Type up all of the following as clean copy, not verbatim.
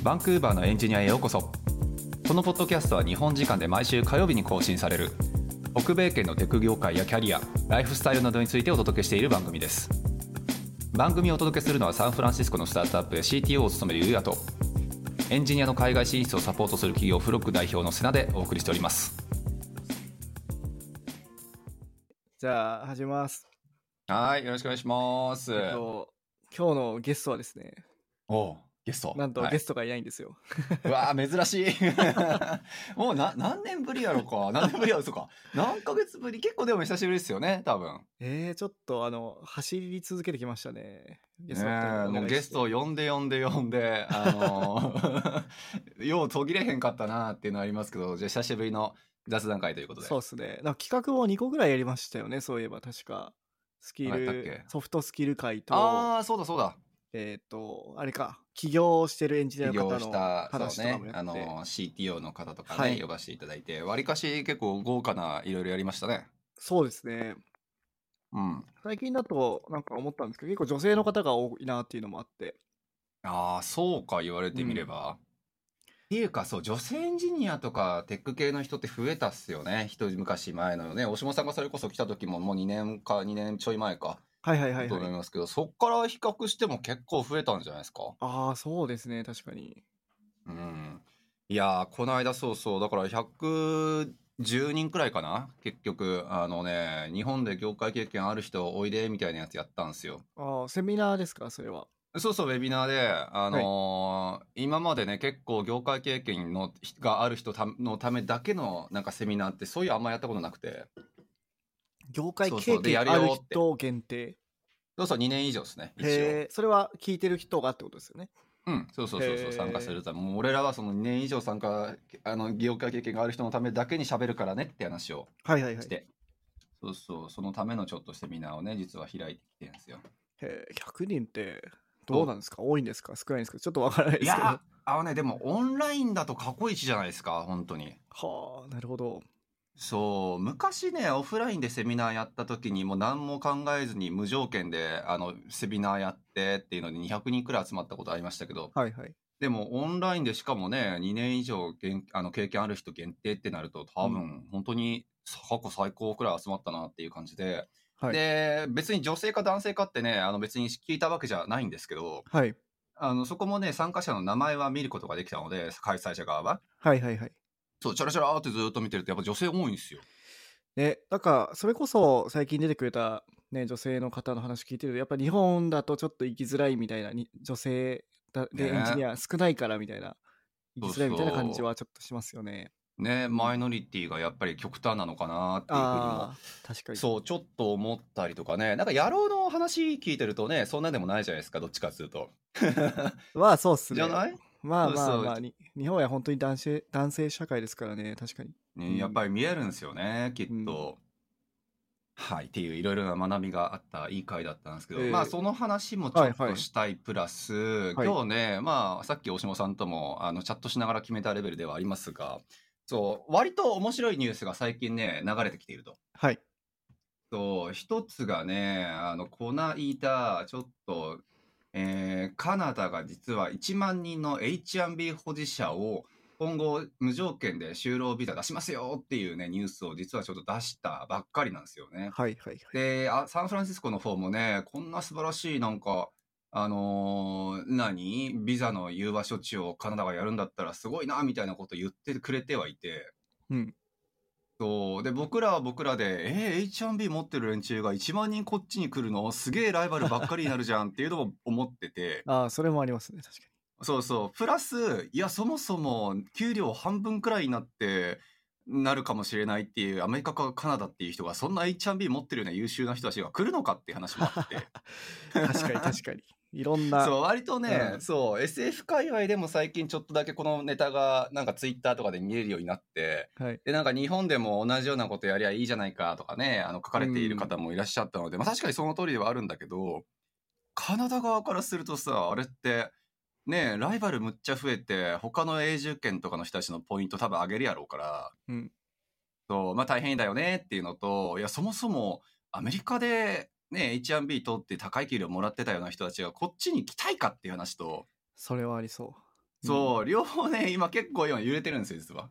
バンクーバーのエンジニアへようこそ。このポッドキャストは日本時間で毎週火曜日に更新される北米圏のテック業界やキャリア、ライフスタイルなどについてお届けしている番組です。番組をお届けするのはサンフランシスコのスタートアップで CTO を務めるユウヤと、エンジニアの海外進出をサポートする企業フロック代表のセナでお送りしております。 じゃあ始めます。 はい、よろしくお願いします。 今日のゲストはですね、 ゲストなんとゲストがいないんですよ。 うわー珍しいもう何年ぶりやろか。何年ぶりやろか。何ヶ月ぶり。結構でも久しぶりですよね、多分。 ちょっと走り続けてきましたね。 もうゲストを呼んでよう途切れへんかったなっていうのはありますけど、じゃあ久しぶりの雑談会ということで。 そうですね。なんか企画を2個ぐらいやりましたよね、そういえば確か。ソフトスキル会と、 そうだ。 あれか、起業してるエンジニアの方の話とかもやって、 CTO の方とかね、呼ばせていただいて、わりかし結構豪華ないろいろやりましたね。 そうですね。最近だとなんか思ったんですけど、結構女性の方が多いなっていうのもあって。 そうか、言われてみれば。っていうか、そう、女性エンジニアとかテック系の人って増えたっすよね。一昔前のね。大下さんがそれこそ来た時ももう2年ちょい前か。と思いますけど、そっから比較しても結構増えたんじゃないですか。 そうですね、確かに。 いやー、この間そうだから110人くらいかな、結局日本で業界経験ある人おいでみたいなやつやったんですよ。 セミナーですか、それは。 そうウェビナーで今までね、結構業界経験がある人のためだけのなんかセミナーってそういうあんまやったことなくて。 業界経験ある人限定。 そう2年以上ですね。 それは聞いてる人がってことですよね。 そう参加するため、もう俺らはその2年以上業界経験がある人のためだけに喋るからねって話をして、そのためのちょっとセミナーをね、実は開いてきてるんですよ。 100人ってどうなんですか？多いんですか？少ないんですか？ちょっとわからないですけど。 でもオンラインだと過去一じゃないですか、本当に。 なるほど。 そう、昔ね、オフラインでセミナーやった時にもう何も考えずに無条件でセミナーやってっていうので200人くらい集まったことありましたけど、でもオンラインでしかもね、2年以上経験ある人限定ってなると多分本当に過去最高くらい集まったなっていう感じで、で別に女性か男性かってね、別に聞いたわけじゃないんですけど、そこもね、参加者の名前は見ることができたので、開催者側は。そう、チャラチャラーってずっと見てるとやっぱ女性多いんですよ。 なんかそれこそ最近出てくれた、ね、女性の方の話聞いてると、やっぱ日本だとちょっと行きづらいみたいな、女性でエンジニア少ないからみたいな、行きづらいみたいな感じはちょっとしますよね。 マイノリティがやっぱり極端なのかなっていうふうにも、 確かにそうちょっと思ったりとかね。なんか野郎の話聞いてるとね、そんなでもないじゃないですか、どっちかっていうと。 そうっすね。 じゃない？ 日本は本当に男性社会ですからね、確かに。 やっぱり見えるんですよね、きっと。っていういろいろな学びがあったいい回だったんですけど、その話もちょっとしたいプラス、今日ね、さっき大下さんともチャットしながら決めたレベルではありますが、割と面白いニュースが最近ね、流れてきていると。一つがね、こないだちょっと、カナダが実は1万人の H1B 保持者を今後無条件で就労ビザ出しますよっていうね、ニュースを実はちょっと出したばっかりなんですよね。で、サンフランシスコの方もね、こんな素晴らしいなんかビザの融和処置をカナダがやるんだったらすごいなみたいなこと言ってくれてはいて、で僕らは僕らでH1B 持ってる連中が1万人こっちに来るのすげえライバルばっかりになるじゃんっていうのも思っててそれもありますね、確かに。 プラスいやそもそも給料半分くらいになってなるかもしれないっていうアメリカかカナダっていう人がそんな H1B 持ってるような優秀な人たちが来るのかっていう話もあって確かにいろんな割とね、SF 界隈でも最近ちょっとだけこのネタがなんかツイッターとかで見れるようになって、でなんか日本でも同じようなことやりゃいいじゃないかとかね、書かれている方もいらっしゃったので、確かにその通りではあるんだけど、カナダ側からするとさ、あれってね、ライバルむっちゃ増えて他の永住権とかの人たちのポイント多分上げるやろうから、大変だよねっていうのと、いやそもそもアメリカでね、H1B 取って高い給料もらってたような人たちがこっちに来たいかっていう話と、 それはありそそう、両方ね、今結構揺れてるんですよ、実は。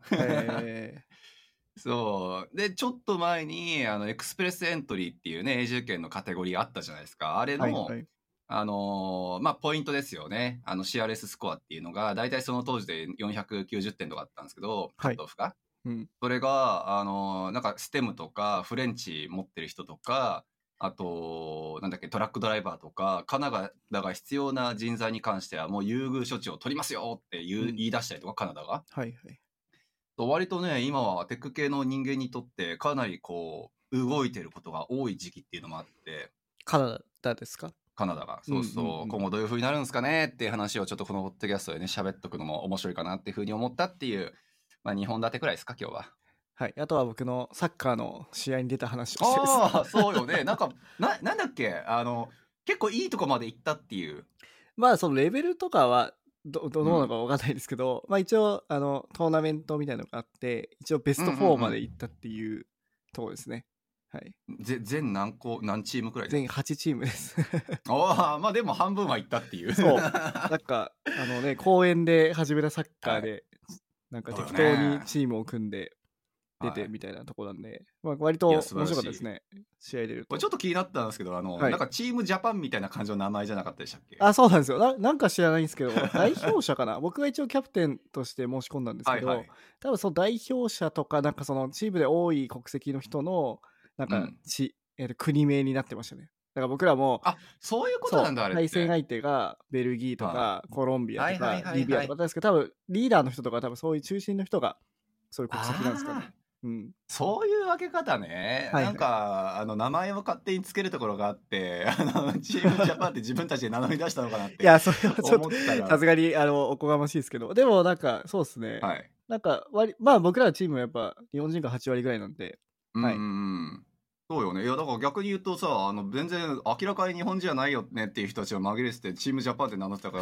そう。で、ちょっと前に、エクスプレスエントリーっていうね、永住権のカテゴリーあったじゃないですか。あれの、ポイントですよね。CRS スコアっていうのが、だいたいその当時で490点とかあったんですけど、カットオフが。それが、なんか、ステムとか、フレンチ持ってる人とか、あと、なんだっけ、トラックドライバーとか、カナダが必要な人材に関しては、もう優遇処置を取りますよって言い出したりとか、カナダが。割とね、今はテック系の人間にとって、かなりこう、動いてることが多い時期っていうのもあって。 カナダですか？ カナダが。そうそう。今後どういう風になるんですかねっていう話をちょっとこのポッドキャストでね、喋っとくのも面白いかなっていう風に思ったっていう、2本立てくらいですか、今日は。 はい。あとは僕のサッカーの試合に出た話をしてです。ああ、そうよね。なんか、なんだっけ、結構いいとこまで行ったっていう。 まあ、そのレベルとかは、どうなのか分かんないですけど、一応、トーナメントみたいなのがあって、一応ベスト4まで行ったっていうところですね。はい。 全何チームくらい全8チームです。 ああ、でも半分は行ったっていう。 そう。なんか、公園で始めたサッカーで、なんか適当にチームを組んで出てみたいなところなんで、割と面白かったですね。試合出ると。 ちょっと気になったんですけど、なんかチームジャパンみたいな感じの名前じゃなかったでしたっけ？ そうなんですよ。なんか知らないんですけど、代表者かな僕が一応キャプテンとして申し込んだんですけど、多分その代表者とか、なんかそのチームで多い国籍の人の、なんか国名になってましたね。だから僕らも、 そういうことなんだ、あれって。 対戦相手がベルギーとか、コロンビアとか、リビアとかだったんですけど、多分リーダーの人とか、多分そういう中心の人が、そういう国籍なんですかね。 そういう分け方ね。なんか、名前を勝手につけるところがあって、チームジャパンって自分たちで名乗り出したのかなって。 いや、それはちょっと、さすがに、おこがましいですけど、でもなんか、そうですね。なんか、僕らのチームはやっぱ、日本人が8割ぐらいなんで。 そうよね。いや、だから逆に言うとさ、全然明らかに日本人じゃないよねっていう人たちを紛れてて、チームジャパンって名乗ってたから、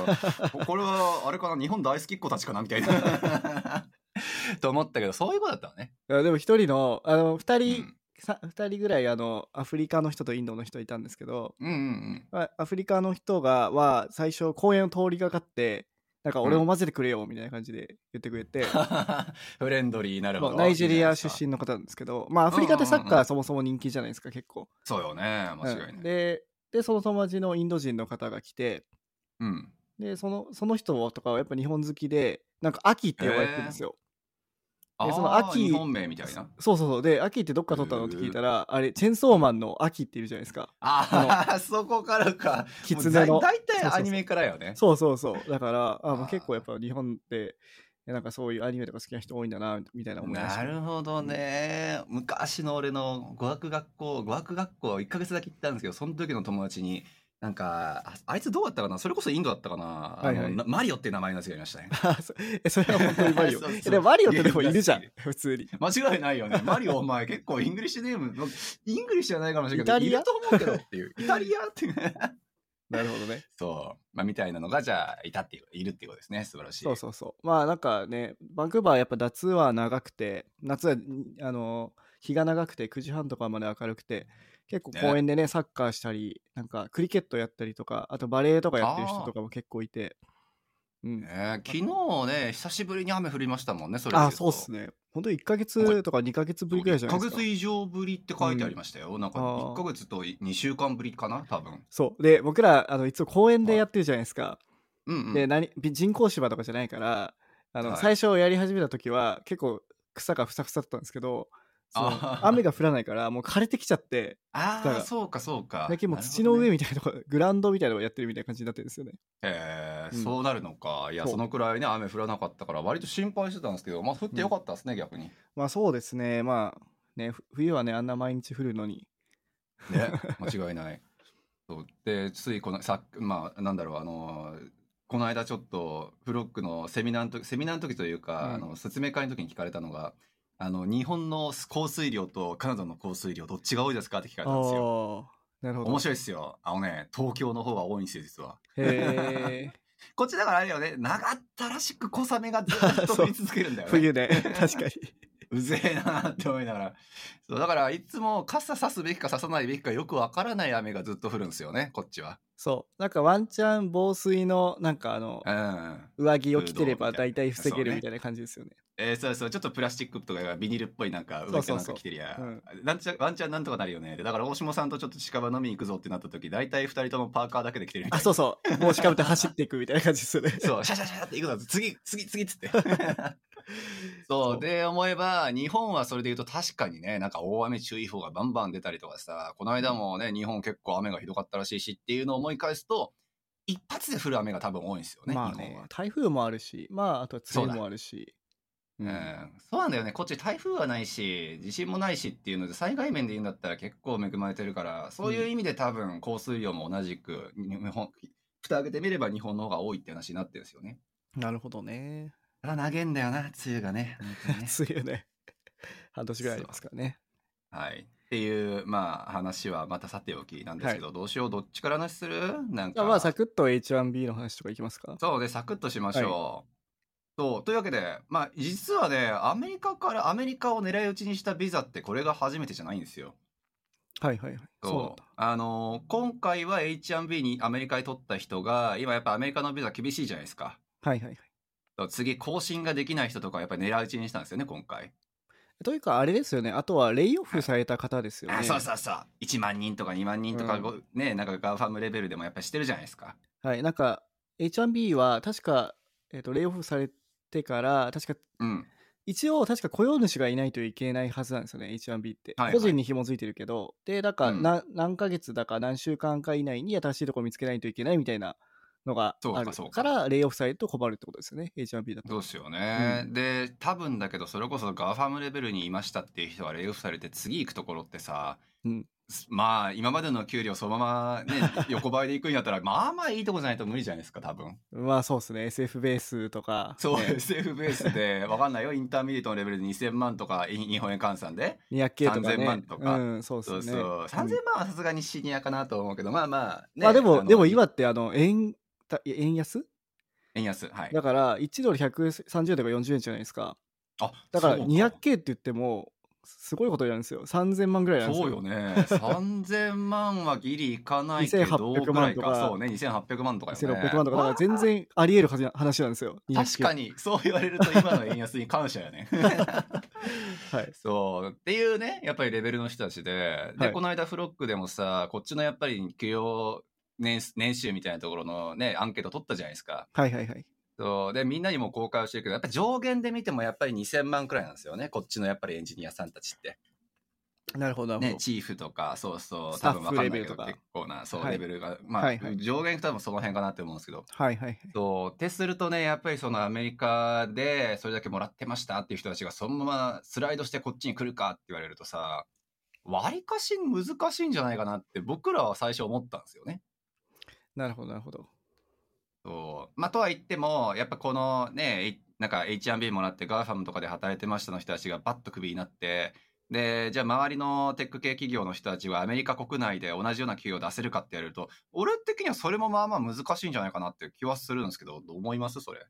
これは、あれかな、日本大好きっ子たちかなみたいな。と思ったけど、そういうことだったのね。 いや、でも一人の、2人ぐらい、アフリカの人とインドの人いたんですけど、アフリカの人は、最初、公園を通りがかって、なんか俺も混ぜてくれよみたいな感じで言ってくれて、 フレンドリーなるほど。 ナイジェリア出身の方なんですけど、アフリカってサッカーそもそも人気じゃないですか、結構。 そうよね、間違いない。 で、その友達のインド人の方が来て、で、その人とかはやっぱ日本好きで、なんか秋って呼ばれてるんですよ。 で、その秋、日本名みたいな。 そう。で、秋ってどっか取ったのって聞いたら、あれ、チェンソーマンの秋っているじゃないですか。 そこからか。 キツネの。 大体アニメからよね。 そう。だから、もう結構やっぱ日本って、なんかそういうアニメとか好きな人多いんだな、みたいな思いました。 なるほどね。昔の俺の語学学校1ヶ月だけ行ったんですけど、その時の友達に、なんか、あいつどうだったかな、それこそインドだったかな、マリオって名前のやつがいましたね。 それは本当にマリオ。でもマリオってでもいるじゃん、普通に。 間違いないよね。マリオ、お前結構イングリッシュネーム、イングリッシュじゃないかもしれないけど、いると思うけどっていう。イタリアっていう。 なるほどね。 そう。みたいなのが、じゃあ、いるっていうことですね。素晴らしい。 そう。なんかね、バンクーバーはやっぱ夏は長くて、夏は、日が長くて、9時半とかまで明るくて、結構公園でね、サッカーしたり、なんかクリケットやったりとか、あとバレーとかやってる人とかも結構いて。 昨日ね、久しぶりに雨降りましたもんね、それ。 そうっすね。本当1ヶ月とか2ヶ月ぶりぐらいじゃないですか。 1ヶ月以上ぶりって書いてありましたよ。なんか1ヶ月と2週間ぶりかな、多分。 そう。で、僕ら、いつも公園でやってるじゃないですか。で、人工芝とかじゃないから、最初やり始めた時は結構草がふさふさだったんですけど、雨が降らないからもう枯れてきちゃって、 そうか。 最近もう土の上みたいなとこ、グラウンドみたいなのをやってるみたいな感じになってるんですよね。 そうなるのか。いや、そのくらいね、雨降らなかったから割と心配してたんですけど、降ってよかったですね、逆に。 そうですね。冬はね、あんな毎日降るのに。 ね、間違いない。で、ついこのなんだろう、この間ちょっとフロックのセミナーの時というか、説明会の時に聞かれたのが、日本の降水量とカナダの降水量どっちが多いですかって聞かれたんですよ。 なるほど。 面白いですよ。東京の方が多いんですよ、実は。 へー。 こっちだからあれよね、長ったらしく小雨がずっと降り続けるんだよね。 冬で、確かに。 うぜえなって思いながら。そう、だからいつも傘差すべきか差さないべきかよくわからない雨がずっと降るんですよね、こっちは。 そう。なんかワンチャン防水の、なんか上着を着てれば大体防げるみたいな感じですよね。 そうそう、ちょっとプラスチックとかビニールっぽいなんか上かなんか着てりゃ、ワンチャンなんとかなるよね。だから大下さんとちょっと近場飲みに行くぞってなった時、大体2人ともパーカーだけで着てるみたいな。 そうそう。帽子かぶって走っていくみたいな感じですよね。 そう、シャシャシャって行くぞ、次っつって。そうで思えば、日本はそれで言うと確かにね、なんか大雨注意報がバンバン出たりとかさ、この間もね、日本結構雨がひどかったらしいしっていうのを思い返すと、一発で降る雨が多分多いんですよね、 まあ日本は。 台風もあるし、あとは梅雨もあるし。 そうなんだよね。こっち台風はないし、地震もないしっていうので、災害面で言うんだったら結構恵まれてるから、そういう意味で多分降水量も同じく、日本、蓋開けてみれば日本の方が多いって話になってるんですよね。 なるほどね。 ただ長えんだよな、梅雨がね。 梅雨ね。半年ぐらいありますからね。 はい。っていう、話はまたさておきなんですけど、どうしよう、どっちから話する？なんか。 サクッと H1B の話とかいきますか？ そうで、サクッとしましょう。そう、というわけで、実はね、アメリカを狙い撃ちにしたビザってこれが初めてじゃないんですよ。 はいはいはい。 そう。今回は H1B にアメリカに取った人が、今やっぱアメリカのビザ厳しいじゃないですか。 はいはいはい。次、更新ができない人とかやっぱり狙い撃ちにしたんですよね、今回。 というか、あれですよね。あとは、レイオフされた方ですよね。 そう。1万人とか2万人とか、ね、なんかガーファムレベルでもやっぱりしてるじゃないですか。 はい。なんか、H1B は確か、レイオフされてから、確か、一応、確か雇用主がいないといけないはずなんですよね、H1B って。個人に紐づいてるけど、で、だから、何ヶ月だか何週間か以内に新しいところ見つけないといけないみたいなのがあるから、レイオフされると困るってことですよね、H1B だと。 そうですよね。で、多分だけど、それこそガーファムレベルにいましたっていう人がレイオフされて、次行くところってさ、今までの給料そのままね、横ばいで行くんやったら、いいとこじゃないと無理じゃないですか、多分。 そうですね。SF ベースとか。 そう、SF ベースで、わかんないよ。インターミディエイトのレベルで2000万とか、日本円換算で。 200K とかね。 3000万とか。 そうですね。 そう。3000万はさすがにシニアかなと思うけど、 ね。でも今って円安？ 円安。はい。 だから、1ドル130円とか40円じゃないですか。だから 200K って言っても、すごいことになるんですよ。3000万ぐらいなんですよ。 そうよね。3000万はギリいかないけど、 2800万とか。 そうね、2800万とかよね。 2600万とか、だから全然あり得る話なんですよ。 確かに、そう言われると今の円安に感謝やね。 はい。 そう。っていうね、やっぱりレベルの人たちで、で、この間フロックでもさ、こっちのやっぱり給与年収みたいなところのね、アンケート取ったじゃないですか。 はいはいはい。 そうでみんなにも公開をしてるけど、やっぱり上限で見てもやっぱり2000万くらいなんですよね、こっちのやっぱりエンジニアさんたちって。 なるほどね、チーフとか、そう、 多分分かんないけど結構な、レベルが、上限多分その辺かなって思うんですけど。 はいはい。 そう、ってするとね、やっぱりそのアメリカでそれだけもらってましたっていう人たちがそのままスライドしてこっちに来るかって言われるとさ、わりかし難しいんじゃないかなって僕らは最初思ったんですよね。 なるほど。 そう。とは言っても、やっぱこのね、なんか H1B もらってガーファムとかで働いてましたの人たちがバッとクビになって、で、じゃあ周りのテック系企業の人たちはアメリカ国内で同じような給与を出せるかって言われると、俺的にはそれも難しいんじゃないかなって気はするんですけど、どう思いますそれ？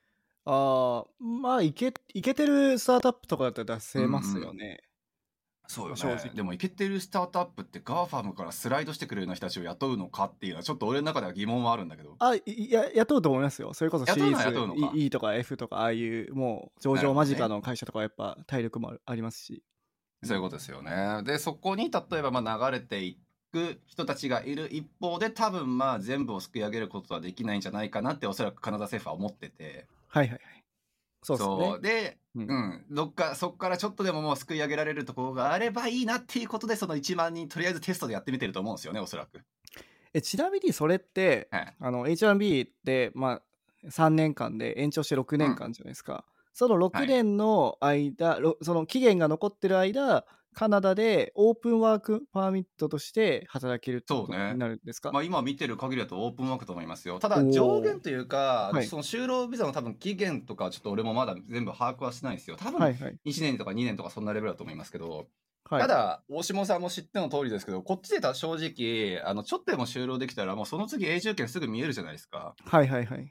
いけてるスタートアップとかだったら出せますよね。 そうよね。でもいけてるスタートアップってガーファムからスライドしてくるような人たちを雇うのかっていうのはちょっと俺の中では疑問はあるんだけど。 雇うと思いますよ。それこそシリーズ E とか F とかああいうもう上場間近の会社とかはやっぱ体力もありますし。 そういうことですよね。でそこに例えば流れていく人たちがいる一方で、多分全部をすくい上げることはできないんじゃないかなっておそらくカナダ政府は思ってて。 はいはいはい。そうですね。そっからちょっとでももうすくい上げられるところがあればいいなっていうことで、その1万人とりあえずテストでやってみてると思うんですよね、おそらく。 ちなみにそれって、H1B って3年間で延長して6年間じゃないですか。その6年の間、その期限が残ってる間、カナダでオープンワークパーミットとして働けるってことになるんですか？ 今見てる限りだとオープンワークと思いますよ。ただ上限というか、その就労ビザの多分期限とかちょっと俺もまだ全部把握はしてないんですよ。多分1年とか2年とかそんなレベルだと思いますけど、ただ大下さんも知っての通りですけど、こっちで正直ちょっとでも就労できたらもうその次永住権すぐ見えるじゃないですか。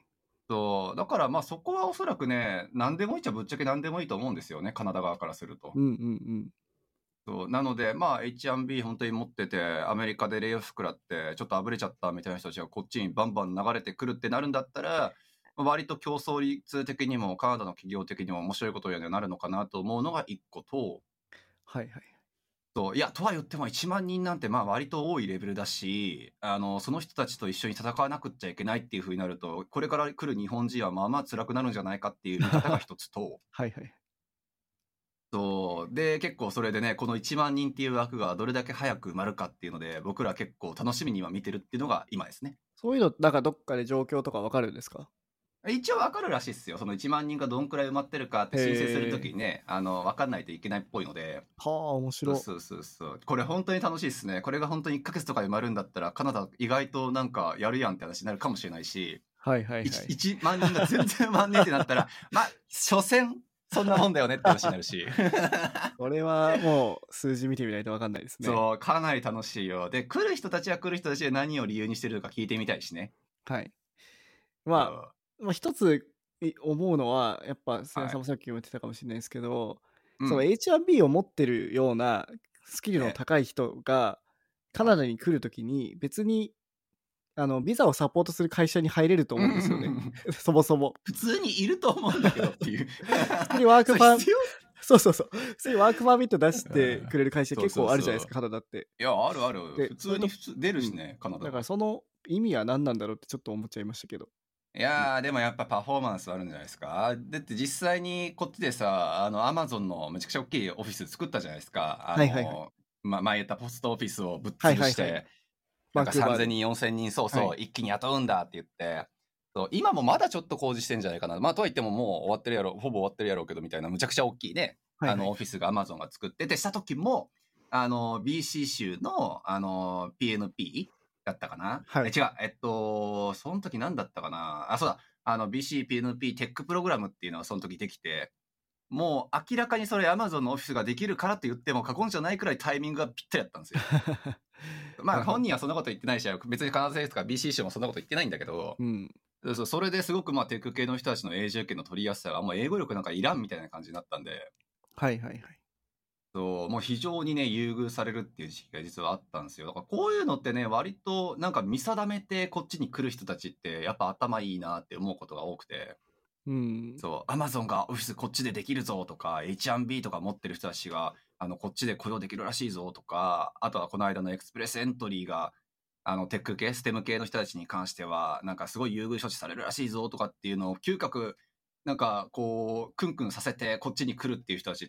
そう、だからまあそこはおそらくね、何でもいいっちゃぶっちゃけ何でもいいと思うんですよね、カナダ側からすると。 うんうんうん。 そう、なので、まあ H1B 本当に持ってて、アメリカでレイオフ食らって、ちょっとあぶれちゃったみたいな人たちがこっちにバンバン流れてくるってなるんだったら、割と競争率的にもカナダの企業的にも面白いことにはなるのかなと思うのが一個と、 はいはい。 そういや、とは言っても1万人なんてまあ割と多いレベルだし、その人たちと一緒に戦わなくっちゃいけないっていう風になると、これから来る日本人はまあまあ辛くなるんじゃないかっていう見方が一つと、 はいはい。 そうで結構それでね、この1万人っていう枠がどれだけ早く埋まるかっていうので、僕ら結構楽しみに今見てるっていうのが今ですね。 そういうの、なんかどっかで状況とかわかるんですか？ 一応わかるらしいですよ。その1万人がどんくらい埋まってるかって申請するときにね、わかんないといけないっぽいので。 はあ、面そう白。 そうそうそう。これ本当に楽しいですね。これが本当に1ヶ月とかで埋まるんだったら、カナダ意外となんかやるやんって話になるかもしれないし、 はいはいはい。 1万人が全然埋まんねえってなったら、まあ、所詮、そんなもんだよねって話になるし。 これはもう数字見てみないとわかんないですね。 そう、かなり楽しいよ。で、来る人たちは来る人たちで何を理由にしてるのか聞いてみたいしね。 はい。まあ、一つ思うのは、やっぱ、瀬谷さんもさっきも言ってたかもしれないですけど、その H1B を持ってるようなスキルの高い人がカナダに来るときに別にビザをサポートする会社に入れると思うんですよね。そもそも。 普通にいると思うんだけどっていう。 普通にワークパーそうそうそう。普通にワークパーミット出してくれる会社結構あるじゃないですか、カナダって。 いや、あるある。普通に出るしね、カナダ。 だからその意味は何なんだろうってちょっと思っちゃいましたけど。 いやー、でもやっぱパフォーマンスあるんじゃないですか。だって実際にこっちでさ、アマゾンのめちゃくちゃ大きいオフィス作ったじゃないですか。 はいはいはい。 前言ったポストオフィスをぶっ潰して、なんか3000人、4000人、そうそう、一気に雇うんだって言って、そう今もまだちょっと工事してんじゃないかな。まあ、とはいってももう終わってるやろ、ほぼ終わってるやろうけどみたいな、むちゃくちゃ大きいね、オフィスがアマゾンが作ってて、した時も、BC 州の、PNP だったかな、違う、その時何だったかな、そうだ、BCPNP テックプログラムっていうのはその時できて、もう明らかにそれ Amazon のオフィスができるからと言っても過言じゃないくらいタイミングがぴったりだったんですよ。まあ本人はそんなこと言ってないし、別にカナダ政府とか BC 州もそんなこと言ってないんだけど、それですごくまあテック系の人たちの永住権の取りやすさがもう英語力なんかいらんみたいな感じになったんで、 はいはいはい。 そうもう非常にね優遇されるっていう時期が実はあったんですよ。だからこういうのってね割となんか見定めてこっちに来る人たちってやっぱ頭いいなって思うことが多くて、そう、アマゾンがオフィスこっちでできるぞとか、H1B とか持ってる人たちが、こっちで雇用できるらしいぞとか、あとはこの間のエクスプレスエントリーが、テック系、ステム系の人たちに関しては、なんかすごい優遇処置されるらしいぞとかっていうのを、嗅覚、なんかこう、クンクンさせてこっちに来るっていう人たちって、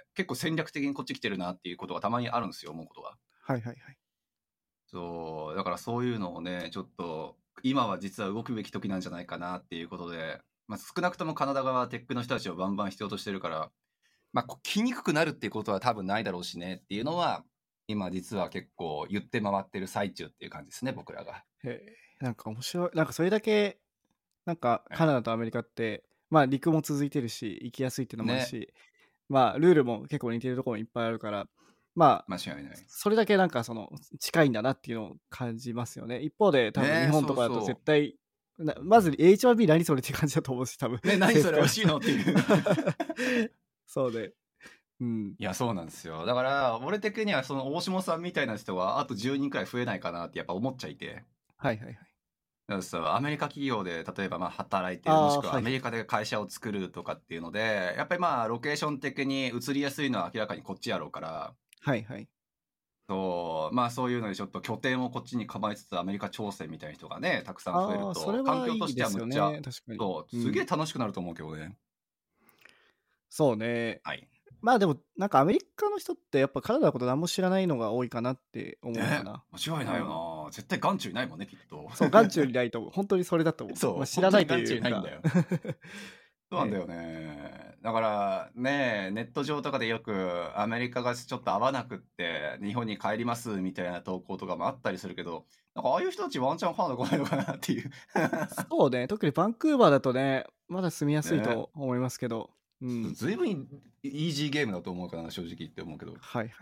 結構戦略的にこっち来てるなっていうことがたまにあるんですよ、思うことが。 はいはいはい。 そう、だからそういうのをね、ちょっと、今は実は動くべき時なんじゃないかなっていうことで、まあ、少なくともカナダ側はテックの人たちをバンバン必要としてるから、まあ、来にくくなるっていうことは多分ないだろうしねっていうのは、今実は結構言って回ってる最中っていう感じですね、僕らが。 なんか面白い。なんかそれだけ、なんかカナダとアメリカって、まあ陸も続いてるし、行きやすいっていうのもあるし、まあルールも結構似てるところもいっぱいあるから、まあ、 間違いない。 それだけなんかその近いんだなっていうのを感じますよね。一方で多分日本とかだと絶対、まず H1B 何それっていう感じだと思うし、多分。 何それ欲しいのっていう。 そうで。 いや、そうなんですよ。だから、俺的にはその大下さんみたいな人はあと10人くらい増えないかなってやっぱ思っちゃいて。 はいはいはい。 だからさ、アメリカ企業で例えばまあ働いてる、もしくはアメリカで会社を作るとかっていうので、やっぱりまあロケーション的に移りやすいのは明らかにこっちやろうから、 はいはい。 そう、まあそういうのでちょっと拠点をこっちに構えつつアメリカ挑戦みたいな人がね、たくさん増えると、環境としてはむっちゃ、そうすげえ楽しくなると思うけどね。 そうね。 はい。 まあでもなんかアメリカの人ってやっぱカナダのこと何も知らないのが多いかなって思うかな。 間違いないよな。絶対眼中いないもんね、きっと。 そう、眼中にないと思う。本当にそれだと思う。 そう、 まあ、知らないというか。 眼中にないんだよ。そうなんだよね。だからね、ネット上とかでよくアメリカがちょっと合わなくって日本に帰りますみたいな投稿とかもあったりするけど、なんかああいう人たちワンチャンカナダ来ないのかなっていう。 そうね、特にバンクーバーだとね、まだ住みやすいと思いますけど。 ずいぶんイージーゲームだと思うかな、正直言って思うけど。 はいはい。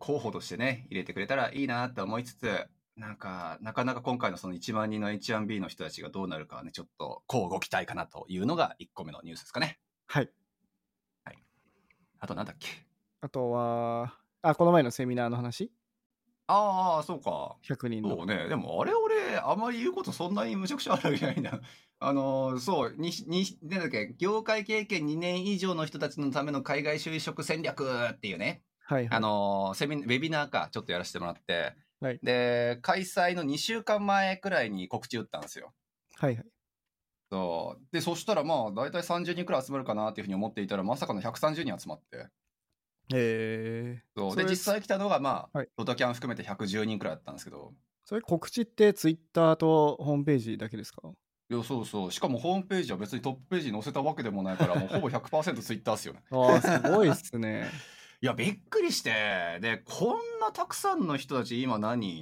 はい。まあ、みたいなのもちょっと候補としてね、入れてくれたらいいなって思いつつ、 なかなか今回のその1万人の H1B の人たちがどうなるかはね、ちょっとこうご期待かなというのが1個目のニュースですかね。 はい。 はい。あとなんだっけ。 あとは、この前のセミナーの話ああ、そうか。 100人の。 そうね。でもあれ俺、あんまり言うことそんなにむちゃくちゃあるわけじゃないんだ。そう、なんだっけ、業界経験2年以上の人たちのための海外就職戦略っていうね、 はいはい。 ウェビナーか、ちょっとやらせてもらって、 はい。 で、開催の2週間前くらいに告知打ったんですよ。 はいはい。 そうで、そしたらまあ、大体30人くらい集まるかなっていうふうに思っていたら、まさかの130人集まって。そうで、実際来たのがまあ、ドタキャン含めて110人くらいだったんですけど。 それ告知ってツイッターとホームページだけですか？ いや、そうそう。しかもホームページは別にトップページに載せたわけでもないから、もうほぼ 100% ツイッターっすよね。 ああ、すごいっすね。 いや、びっくりして、で、こんなたくさんの人たち、今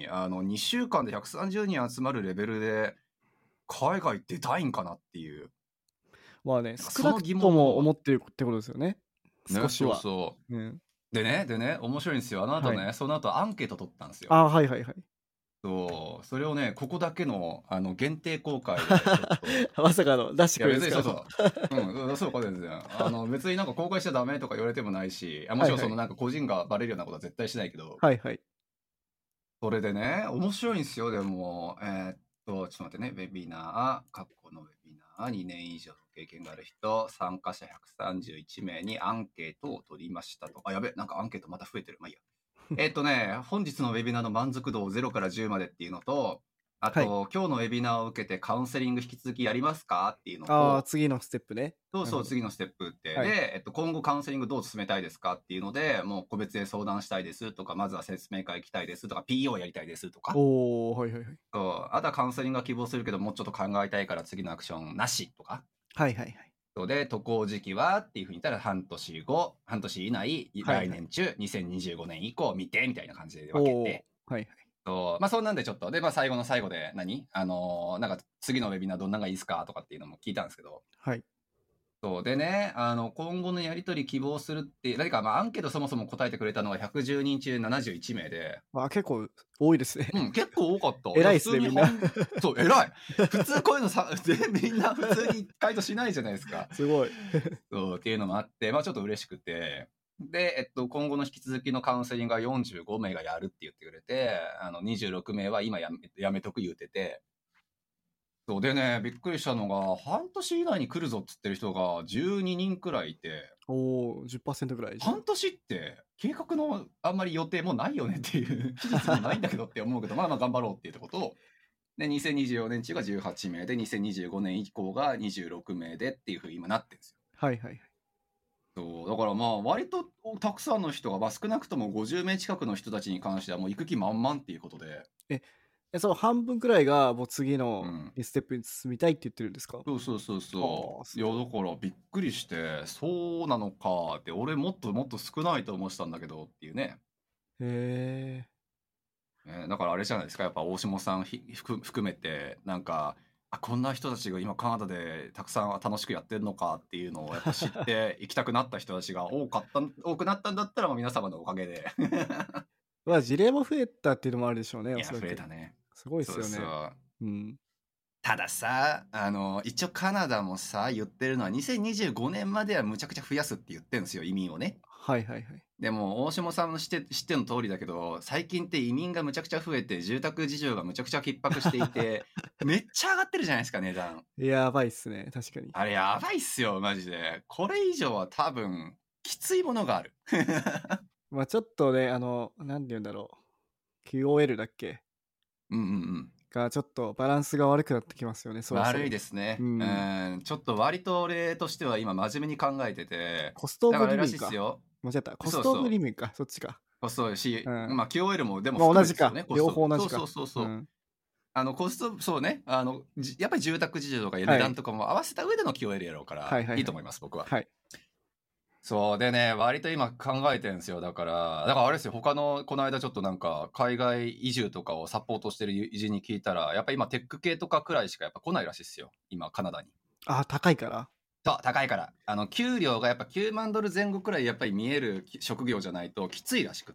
2週間で130人集まるレベルで、海外出たいんかなっていう。 まあね、少なくとも思ってるってことですよね。少しは。 そう。 うん、 でね、面白いんですよ。あの後ね、はい、その後アンケート取ったんですよ。 はいはいはい。 それをね、ここだけの限定公開でまさかの出してくれるんですか？ そうかですね。別になんか公開しちゃダメとか言われてもないし、もちろんそのなんか個人がバレるようなことは絶対しないけど、 はいはい。 それでね、面白いんですよ。でもちょっと待ってね、ウェビナー、過去のウェビナー2年以上の経験がある人、参加者131名にアンケートを取りましたと。やべ、なんかアンケートまた増えてる。まあいいや。本日のウェビナーの満足度を0から10までっていうのと、あと、はい、今日のウェビナーを受けてカウンセリング引き続きやりますかっていうのと、 次のステップね。 そう、次のステップって。はい、で、今後カウンセリングどう進めたいですかっていうので、もう個別で相談したいですとか、まずは説明会行きたいですとか、PO やりたいですとか。 はいはいはい。 そう、あとはカウンセリングが希望するけど、もうちょっと考えたいから次のアクションなしとか。 はいはいはい。 で、渡航時期はっていうふうに言ったら半年後、半年以内、来年中、2025年以降見てみたいな感じで分けて。 はいはい。 まあそんなんでちょっと、で、まあ最後の最後でなんか次のウェビナーどんなのがいいですかとかっていうのも聞いたんですけど。 はい。 そうでね、今後のやり取り希望するって、何かまあアンケートそもそも答えてくれたのが110人中71名で。 結構多いですね。 結構多かった。 偉いっすね、みんな。 そう、偉い。普通こういうのさ、みんな普通に回答しないじゃないですか。 すごい。 そうっていうのもあって、まあちょっと嬉しくて。で、今後の引き続きのカウンセリングが45名がやるって言ってくれて、26名は今やめとく言うてて。そうでね、びっくりしたのが、半年以内に来るぞっつってる人が12人くらいいて。 10% ぐらい。 半年って計画のあんまり予定もないよねっていう期日もないんだけどって思うけどまあ頑張ろうっていうとことで2024年中が18名で2025年以降が26名でっていうふうに今なってるんですよ。 はいはいはい。 そうだからまあ割とたくさんの人が、少なくとも50名近くの人たちに関してはもう行く気満々っていうことで。 その半分くらいがもう次のステップに進みたいって言ってるんですか？ そう。いやだからびっくりしてそうなのかって、俺もっと少ないと思ってたんだけどっていうね。 へだからあれじゃないですか、やっぱ大下さん含めてなんかこんな人たちが今カナダでたくさん楽しくやってるのかっていうのをやっぱ知って行きたくなった人たちが多くなったんだったら皆様のおかげで事例も増えたっていうのもあるでしょうね。 いや増えたね。 すごいですよね。 そう、たださ一応カナダもさ言ってるのは2025年まではむちゃくちゃ増やすって言ってるんですよ、移民をね。 はいはいはい。 でも大下さんの知っての通りだけど、最近って移民がむちゃくちゃ増えて住宅事情がむちゃくちゃ逼迫していてめっちゃ上がってるじゃないですか、値段。 やばいっすね、確かに。 あれやばいっすよマジで。これ以上は多分きついものがあるちょっとね、なんて言うんだろう、 QOL だっけがちょっとバランスが悪くなってきますよね。 悪いですね。ちょっと割と俺としては今真面目に考えてて、 コストオブリビングか。 間違った。コストオブリビングか、そっちか。 そうし、まあ QOL もでも同じか。両方同じか。 そう。コスト、そうね、やっぱり住宅事情とか値段とかも合わせた上での QOL やろうからいいと思います、僕は。はい。そうでね、割と今考えてるんですよ。だからあれですよ、この間ちょっとなんか海外移住とかをサポートしてる友人に聞いたら、やっぱ今テック系とかくらいしかやっぱ来ないらしいですよ、今カナダに。 高いから。 そう、高いから。給料がやっぱ9万ドル前後くらいやっぱり見える職業じゃないときついらしくて。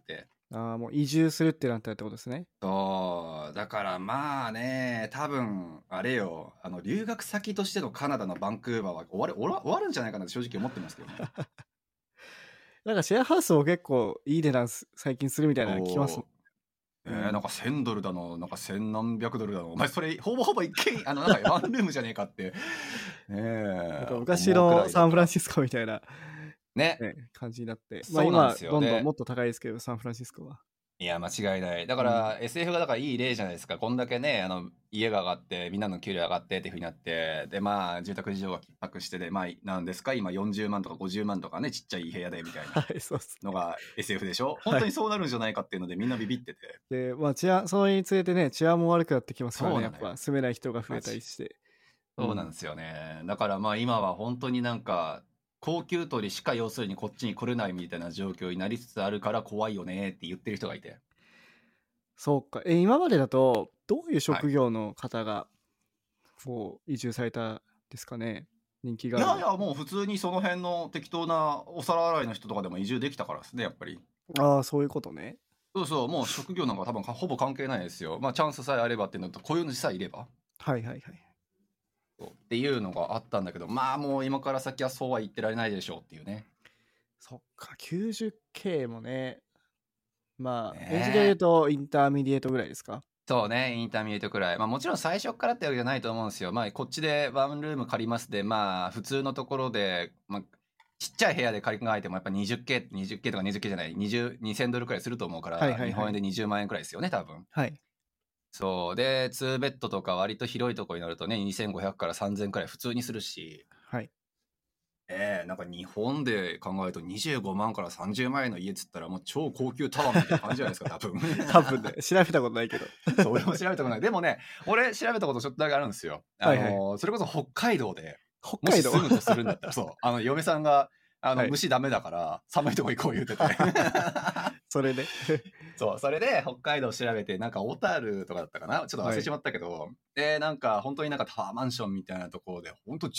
もう移住するってなったってことですね。 そうだからまあね、多分あれよ、留学先としてのカナダのバンクーバーは終わるんじゃないかなって正直思ってますけどね。 なんかシェアハウスも結構いい値段最近するみたいなの聞きますもん。 なんか1000ドルだの、なんか1000何百ドルだの、お前それほぼほぼ一軒なんかワンルームじゃねえかってなんか昔のサンフランシスコみたいな、 ね感じになって、 そうなんですよ、 今どんどんもっと高いですけど、サンフランシスコは。 いや間違いない。だから、SF がだからいい例じゃないですか。こんだけね、家が上がってみんなの給料上がってっていうふうになって、でまあ住宅事情が逼迫してで、まあなんですか今40万とか50万とかね、ちっちゃい部屋でみたいなのが SF でしょ。本当にそうなるんじゃないかっていうのでみんなビビってて、 でまあそれにつれてね、治安も悪くなってきますからね。やっぱ住めない人が増えたりして。 そうなんですよね。だからまあ今は本当になんか高級取りしか要するにこっちに来れないみたいな状況になりつつあるから怖いよねって言ってる人がいて。 そうか。今までだとどういう職業の方がこう移住されたですかね。人気がある。 いやいや、もう普通にその辺の適当なお皿洗いの人とかでも移住できたからですね、やっぱり。 ああ、そういうことね。 そうそう、もう職業なんか多分ほぼ関係ないですよ。まあチャンスさえあればっていうのと、こういうのさえいれば。 はいはいはい。 っていうのがあったんだけど、まあもう今から先はそうは言ってられないでしょうっていうね。 そっか、90K もね。まあ、エンジニアで言うとインターミディエートぐらいですか？ そうね、インターミディエートくらい。まあもちろん最初からってわけじゃないと思うんですよ。まあこっちでワンルーム借りますで、まあ普通のところで、まあちっちゃい部屋で借り考えてもやっぱ 20K とか 20K じゃない、2000ドルくらいすると思うから、日本円で20万円くらいですよね、多分。 はい。 そう。で、2ベッドとか割と広いところになるとね、2500から3000くらい普通にするし。 はい。 なんか日本で考えると25万から30万円の家っつったらもう超高級タワーみたいな感じじゃないですか、多分。 多分ね、調べたことないけど。 そう、俺も調べたことない。でもね、俺調べたことちょっとだけあるんですよ。それこそ北海道で、もし住むとするんだったら、そう、嫁さんが、虫ダメだから寒いとこ行こう言うてて。 それでそう、それで北海道調べて、なんか小樽とかだったかな、ちょっと忘れちまったけど、で、なんか本当になんかタワーマンションみたいなところで、本当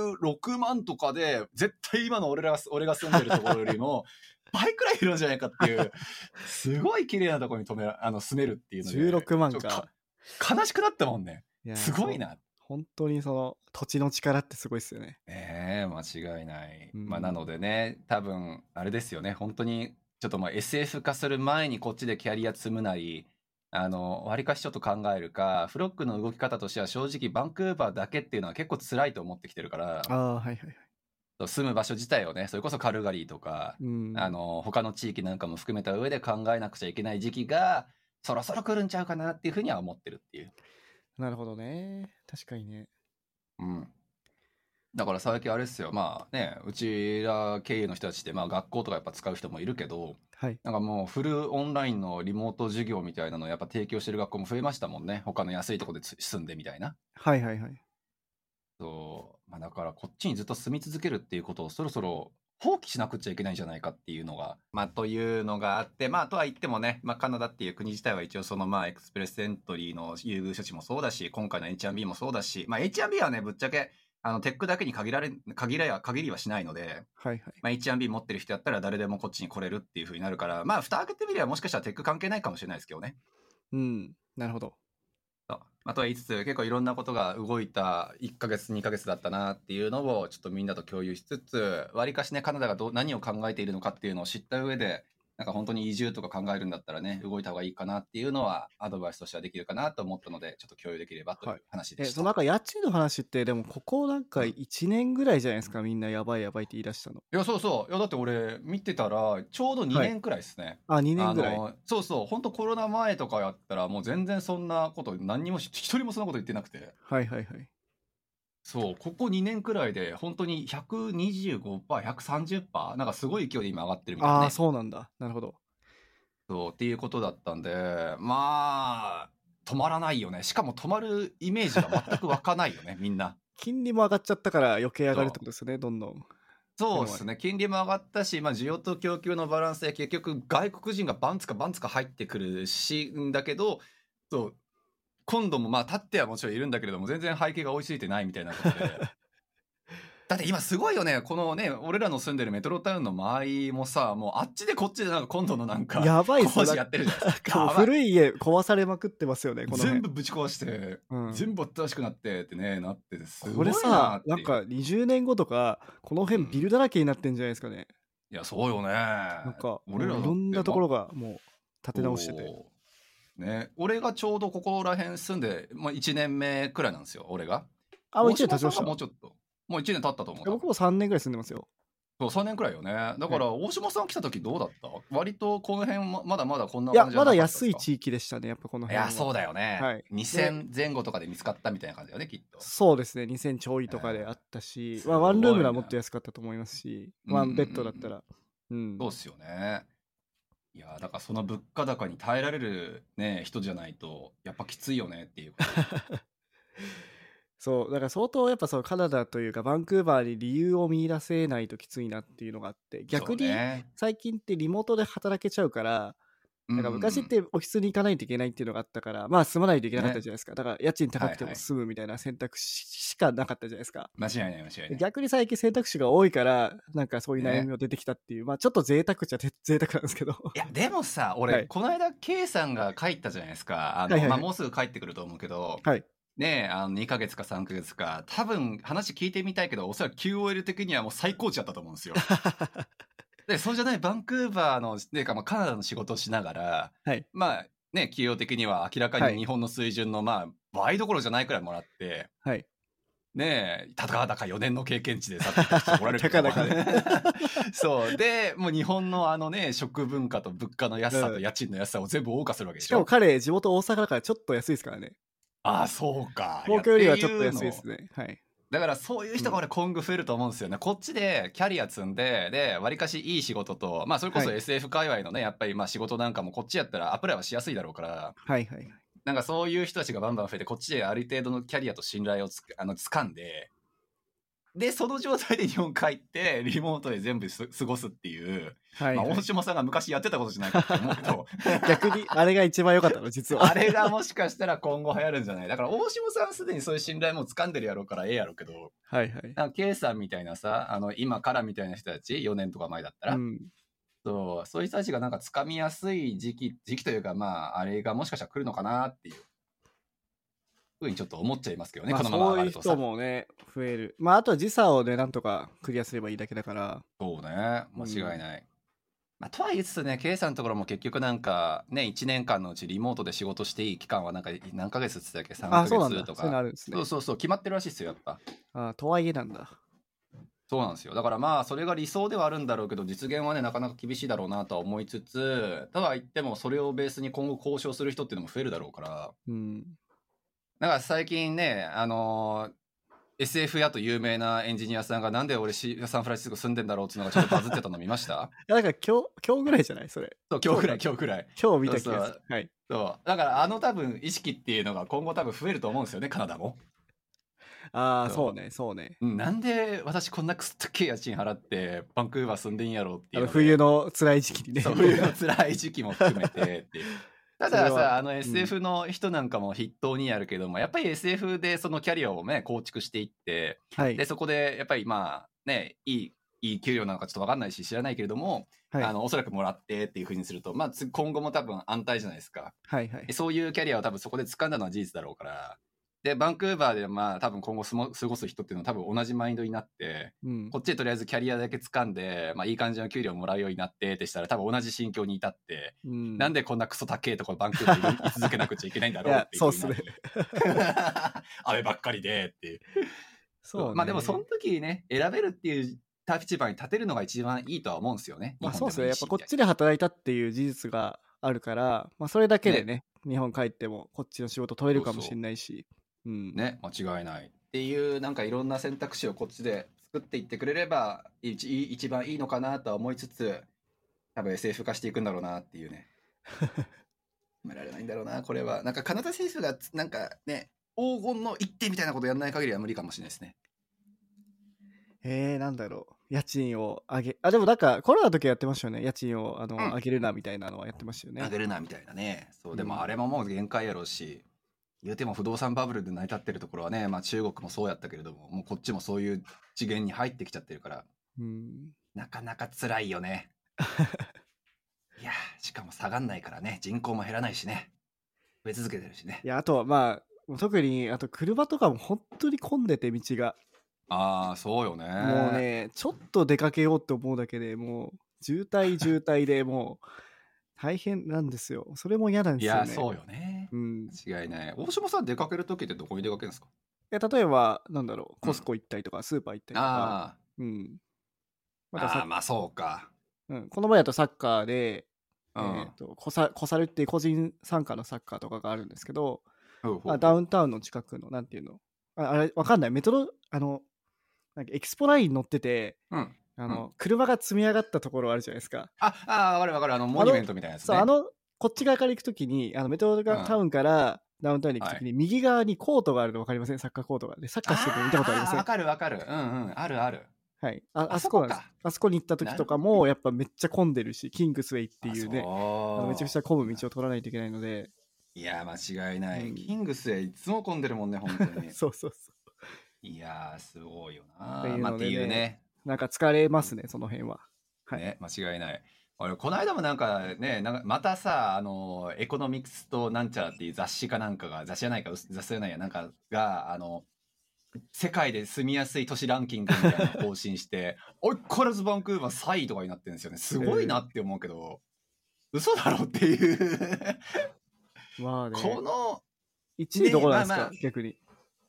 16万とかで、絶対今の俺が住んでるところよりも、倍くらいいるんじゃないかっていう、すごい綺麗なところに住めるっていうので、 16万か。 悲しくなったもんね。すごいな。 本当にその土地の力ってすごいですよね。 間違いない。まあなのでね、多分あれですよね、本当にちょっとまあ SF 化する前にこっちでキャリア積むなり、わりかしちょっと考えるか、フロックの動き方としては正直バンクーバーだけっていうのは結構辛いと思ってきてるから、 はいはいはい。 住む場所自体をね、それこそカルガリーとか、他の地域なんかも含めた上で考えなくちゃいけない時期がそろそろ来るんちゃうかなっていうふうには思ってるっていう。 なるほどね。確かにね。 うん。だから最近あれですよ、まあね、うちら経由の人たちって、まあ学校とかやっぱ使う人もいるけど、なんかもうフルオンラインのリモート授業みたいなのをやっぱ提供してる学校も増えましたもんね。他の安いところで住んでみたいな。 はいはいはい。 そう、まあだからこっちにずっと住み続けるっていうことをそろそろ放棄しなくちゃいけないんじゃないかっていうのが、まあというのがあって、まあとは言ってもね、まあカナダっていう国自体は一応そのまあエクスプレスエントリーの優遇処置もそうだし、今回の H&B もそうだし、まあ H&B はね、ぶっちゃけテックだけに限りはしないので、まあ、H&B 持ってる人やったら誰でもこっちに来れるっていう風になるから、まあ蓋開けてみればもしかしたらテック関係ないかもしれないですけどね。 なるほど。 あとは言いつつ結構いろんなことが動いた1ヶ月2ヶ月だったなっていうのをちょっとみんなと共有しつつ、わりかしねカナダが何を考えているのかっていうのを知った上で、なんか本当に移住とか考えるんだったらね、動いた方がいいかなっていうのはアドバイスとしてはできるかなと思ったので、ちょっと共有できればという話でした。 なんか家賃の話ってでもここなんか1年ぐらいじゃないですか、みんなやばいやばいって言い出したの。 いやそうそう、いやだって俺見てたらちょうど2年くらいですね。 2年ぐらい。 そうそう、本当コロナ前とかやったらもう全然そんなこと何にも一人もそんなこと言ってなくて。 はいはいはい。 そう、ここ2年くらいで本当に 125%、130%、なんかすごい勢いで今上がってるみたいなね。 そうなんだ。なるほど。 そうっていうことだったんで、まあ止まらないよね。しかも止まるイメージが全く湧かないよね、みんな。 金利も上がっちゃったから余計上がるってことですよね、どんどん。 そうですね、金利も上がったし、まあ、需要と供給のバランスで結局外国人がバンツカ入ってくるしんだけど、そう今度もまあ立ってはもちろんいるんだけれども全然背景が追いついてないみたいなことでだって今すごいよね。このね、俺らの住んでるメトロタウンの周りもさ、もうあっちでこっちでなんか今度のなんかやばいっすよ。 工事やってるじゃないですか。 古い家壊されまくってますよね、この辺。 全部ぶち壊して、全部新しくなってってね、なってて、すごいなっていう。 これさ、なんか20年後とか、この辺ビルだらけになってんじゃないですかね。 いや、そうよね。 なんか、 俺らいろんなところがもう建て直してて。 ね、俺がちょうどここら辺住んで、まあ、1年目くらいなんですよ、俺が。 あ、もう1年経ちました。 もうちょっと。もう1年経ったと思う。 僕も3年ぐらい住んでますよ。 そう3年くらいよね。だから、大島さん来た時どうだった？割とこの辺まだまだこんな感じじゃなかったですか？いや、まだ安い地域でしたね、やっぱこの辺は。 いや、そうだよね。 はい、 2000前後とかで見つかったみたいな感じだよね、きっと。 そうですね、2000ちょいとかであったし、まあ、ワンルームはもっと安かったと思いますし、ワンベッドだったら。 そうっすよね。いや、だからその物価高に耐えられる、ね、人じゃないと、やっぱきついよねっていうそう、だから相当やっぱそのカナダというかバンクーバーに理由を見出せないときついなっていうのがあって、逆に最近ってリモートで働けちゃうから、なんか昔ってオフィスに行かないといけないっていうのがあったから、まあ住まないといけなかったじゃないですか。だから家賃高くても住むみたいな選択肢しかなかったじゃないですか。 間違いない間違いない。 逆に最近選択肢が多いから、なんかそういう悩みも出てきたっていう、まあちょっと贅沢っちゃ贅沢なんですけど。 いや、でもさ、俺、この間、K さんが帰ったじゃないですか。まあもうすぐ帰ってくると思うけど、ねえ、2ヶ月か3ヶ月か、多分話聞いてみたいけど、おそらく QOL 的にはもう最高値だったと思うんですよ。で、そうじゃないバンクーバーの、ね、カナダの仕事をしながら、まあね、企業的には明らかに日本の水準の、まあ、倍どころじゃないくらいもらって、ねえ、たかだか4年の経験値でさっておられるたかだかね。 そう。で、もう日本のね、食文化と物価の安さと家賃の安さを全部謳歌するわけでしょ。 しかも彼、地元大阪だからちょっと安いですからね。 ああ、そうか。 東京よりはちょっと安いですね。はい。 だからそういう人が俺今後増えると思うんですよね。こっちでキャリア積んで、で、わりかしいい仕事と、まあそれこそ SF 界隈のね、やっぱりまあ仕事なんかもこっちやったらアプライはしやすいだろうから、なんかそういう人たちがバンバン増えて、こっちである程度のキャリアと信頼を掴んで、で、その状態で日本帰って、リモートで全部過ごすっていう、まあ、大島さんが昔やってたことじゃないかと思うけど。 逆に、あれが一番良かったの、実は。 あれがもしかしたら今後流行るんじゃない？だから、大島さんすでにそういう信頼も掴んでるやろうからええやろうけど、K さんみたいなさ、今からみたいな人たち、4年とか前だったら、そういう人たちがなんか掴みやすい時期というか、まあ、あれがもしかしたら来るのかなっていう。ふうにちょっと思っちゃいますけどね、このまま上がるとさ。 そういう人もね、増える。まあ、あとは時差をね、なんとかクリアすればいいだけだから。 そうね、間違いない。まあ、とは言いつつね、K さんのところも結局なんか、ね、1年間のうちリモートで仕事していい期間はなんか何ヶ月って言ってたっけ ?3 ヶ月とか。そう、決まってるらしいですよ、やっぱ。 とはいえなんだ。 そうなんですよ。だからまあ、それが理想ではあるんだろうけど、実現はね、なかなか厳しいだろうなとは思いつつ、とは言っても、それをベースに今後交渉する人っていうのも増えるだろうから。だから最近ね、SF やと有名なエンジニアさんがなんで俺サンフランシスコ住んでんだろうっていうのがちょっとバズってたの見ました？ なんか今日ぐらいじゃないそれ。 そう、今日ぐらい。今日見た気がする。はい。 そう。だから多分意識っていうのが今後多分増えると思うんですよね、カナダも。 ああ、そうね。 なんで私こんなくっとけ家賃払ってバンクーバー住んでんやろうっていう。 冬の辛い時期にね。 そう、冬の辛い時期も含めてっていう。たださ、SF の人なんかも筆頭にやるけども、やっぱり SF でそのキャリアをね、構築していって、で、そこでやっぱりまあね、いい給料なのかちょっと分かんないし知らないけれども、おそらくもらってっていうふうにすると、まあ今後も多分安泰じゃないですか。そういうキャリアを多分そこで掴んだのは事実だろうから、で、バンクーバーでまあ多分今後過ごす人っていうのは多分同じマインドになって、こっちでとりあえずキャリアだけ掴んで、まあいい感じの給料もらうようになってってしたら多分同じ心境に至って、なんでこんなクソ高えとこバンクーバーに居続けなくちゃいけないんだろうっていう。 そうっすね。 あればっかりでっていう。そう、まあでもその時にね、選べるっていう立場に立てるのが一番いいとは思うんですよね。 まあそうですね。やっぱこっちで働いたっていう事実があるから、まあそれだけでね、日本帰ってもこっちの仕事取れるかもしれないし。 ね、間違いないっていうなんかいろんな選択肢をこっちで作っていってくれれば一番いいのかなとは思いつつ、多分 SF 化していくんだろうなっていうね。決められないんだろうな、これは。なんかカナダ政府がなんかね、黄金の一手みたいなことやらない限りは無理かもしれないですね。 なんだろう。家賃をでもなんかコロナの時やってましたよね。家賃を上げるなみたいなのはやってましたよね。 上げるなみたいなね。そう、でもあれももう限界やろうし。 言うても不動産バブルで成り立ってるところはね、まあ中国もそうやったけれども、もうこっちもそういう次元に入ってきちゃってるから、なかなか辛いよね。いやしかも下がんないからね、人口も減らないしね、増え続けてるしね。 いや、あとはまあ特にあと車とかも本当に混んでて、道がああ、そうよね。 もうね、ちょっと出かけようって思うだけでもう渋滞でもう大変なんですよ。それも嫌なんですよね。 いや、そうよね。間違いない。大島さん出かけるときってどこに出かけるんですか？ 例えばなんだろう、コスコ行ったりとか、スーパー行ったりとか、 まあそうか。 この前だとサッカーで、コサルっていう個人参加のサッカーとかがあるんですけど、ダウンタウンの近くのなんていうの、あれわかんない、メトロなんかエキスポライン乗ってて、車が積み上がったところあるじゃないですか。 わかるわかる、モニュメントみたいなやつね。 そうこっち側から行くときにメトロタウンからダウンタウンに行くときに、右側にコートがあるの分かりません？サッカーコートが。でサッカーしてるの見たことありません？ わかるわかる。あるある。 はい、あそこなんです。あそこに行った時とかもやっぱめっちゃ混んでるし、キングスウェイっていうね、めちゃくちゃ混む道を取らないといけないので。 いや間違いない、キングスウェイいつも混んでるもんね、本当に。 そうそうそう。 いやすごいよな。 っていうね、なんか疲れますね、その辺は。 ね、間違いない。俺この間もなんかまたさ、エコノミクスとなんちゃらっていう雑誌かなんかが、雑誌じゃないか、雑誌じゃないや、なんかが世界で住みやすい都市ランキングみたいなの更新しておいこらずバンクーバー3位とかになってるんですよね。すごいなって思うけど、嘘だろっていうまあね、 この 1位どこなんですか、逆に。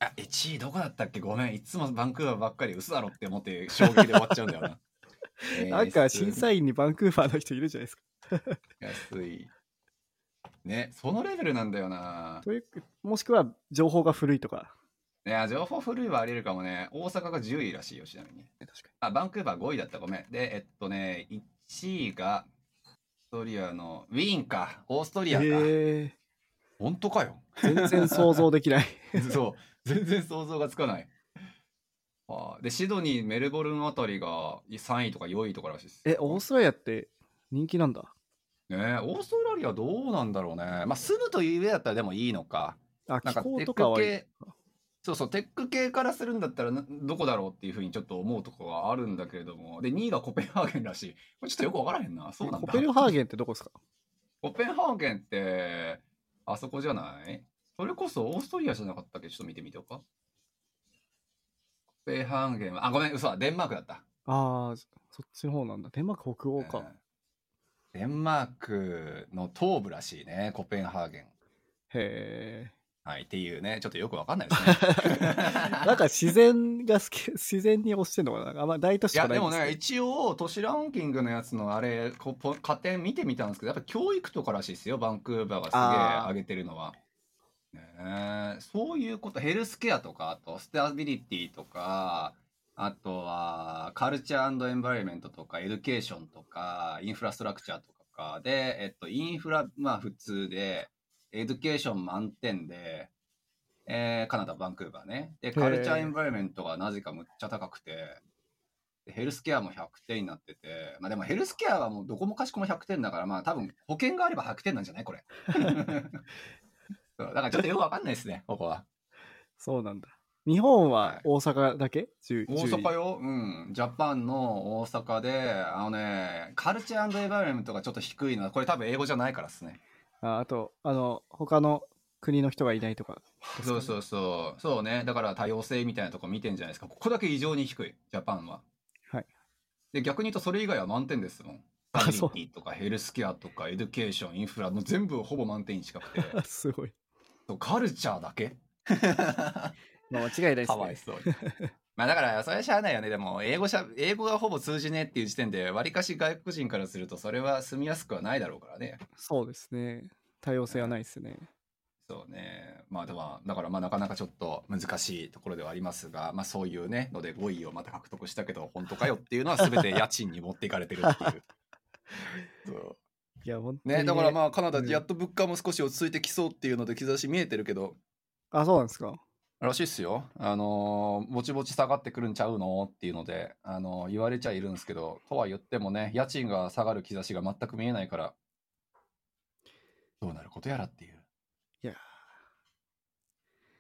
1位どこだったっけ、ごめん、いつもバンクーバーばっかり、嘘だろって思って衝撃で終わっちゃうんだよな。 なんか審査員にバンクーバーの人いるじゃないですか。 安いね、そのレベルなんだよな。 もしくは情報が古いとか。 いや、情報古いはありえるかもね。大阪が10位らしいよ、ちなみに。 確かに。バンクーバー5位だった、ごめん。で、1位が、オーストリアの、ウィーンか、オーストリアか。本当かよ。 全然想像できない。 そう、全然想像がつかない。で、シドニー、メルボルンあたりが3位とか4位とからしいです。 オーストラリアって人気なんだ。 ね、オーストラリアどうなんだろうね。まあ、住むという上だったらでもいいのか。 気候とかはそうそう、テック系からするんだったらどこだろうっていうふうにちょっと思うところはあるんだけれども、で2位がコペンハーゲンらしい。これちょっとよく分からへんな。そうなんだ。 コペンハーゲンってどこですか？ コペンハーゲンってあそこじゃない？それこそオーストリアじゃなかったっけ？ちょっと見てみてよか。コペンハーゲンはごめん、嘘だ、デンマークだった。 そっちの方なんだ。デンマーク北欧か。 デンマークの東部らしいね、コペンハーゲン。 へえ。 はい、っていうね、ちょっとよくわかんないですね。 なんか自然が好き、自然に推してんのかな。大都市じゃないですけど。いやでもね、一応都市ランキングのやつのあれ加点見てみたんですけど、やっぱ教育とからしいですよ、バンクーバーがすげえ上げてるのは。そういうこと、ヘルスケアとか、あとステアビリティとか、あとはカルチャー&エンバイメントとかエデュケーションとかインフラストラクチャーとかで、インフラまあ普通でエデュケーション満点で、カナダバンクーバーね。でカルチャーエンバイメントがなぜかむっちゃ高くて、ヘルスケアも100点になってて、まあでもヘルスケアはもうどこもかしこも100点だから、まあ多分保険があれば100点なんじゃないこれ。だからちょっとよくわかんないですね、ここは。 そうなんだ。日本は大阪だけ？ 大阪よ。ジャパンの大阪で、カルチャー&エンバイロメントがちょっと低いのは、これ多分英語じゃないからですね。 あと、他の国の人がいないとか、 ね。そうね。だから多様性みたいなとこ見てんじゃないですか。ここだけ異常に低い、ジャパンは。 はい。 で、逆に言うとそれ以外は満点ですもん。コミュニティとかヘルスケアとかエデュケーション、インフラの全部ほぼ満点に近くて。 すごい。 カルチャーだけまあ間違いないですね。 かわいそう。まあだからそれはしゃあないよね。でも英語がほぼ通じねえっていう時点で、わりかし外国人からするとそれは住みやすくはないだろうからね。 そうですね。多様性はないですね。 そうね。まあでもだからまあなかなかちょっと難しいところではありますが、まあそういうねので5位をまた獲得したけど本当かよっていうのは全て家賃に持っていかれてるっていう。そういや本当にね。だからまあカナダでやっと物価も少し落ち着いてきそうっていうので兆し見えてるけど。 そうなんですからしいっすよ。ぼちぼち下がってくるんちゃうのっていうので、言われちゃいるんですけど、とは言ってもね、家賃が下がる兆しが全く見えないから、どうなることやらっていう。 いや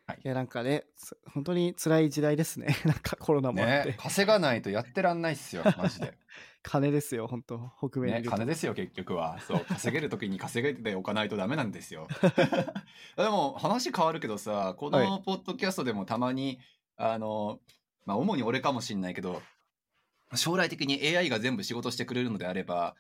はい。 いや、なんかね、本当に辛い時代ですね。なんかコロナもあっね、 て。 稼がないとやってらんないっすよ、マジで。 金ですよ、本当北米にいね、 ると。 金ですよ、結局は。そう、稼げる時に稼げておかないとダメなんですよ。でも、話変わるけどさ、こはい。 のポッドキャストでもたまに、主に俺かもしんないけど、将来的に AI が全部仕事してくれるのであれば、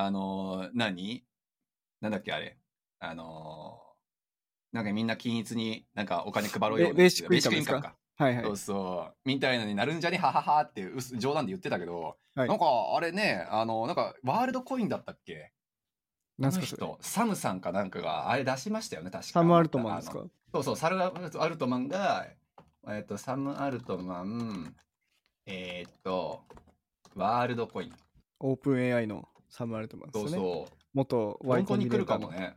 なんだっけあれ。あのなんかみんな均一になんかお金配ろうようなやつが、 ベーシックイベーシッンカムですか？ クインカムか。 はいはい。 そうそう。みたいなのになるんじゃねはははって冗談で言ってたけど、 はい。 なんかあれね、なんかワールドコインだったっけ？あなんすかそれ。 の人、サムさんかなんかがあれ出しましたよね、確か。 サム・アルトまた、 マンですか？ そうそう、アルトマンが、サム・アルトマン、えーっと、ワールドコイン。 オープン AI のサム・アルトマンですよね。 そうそう。 元 Y コン本当に来るビネーターの。 かもね。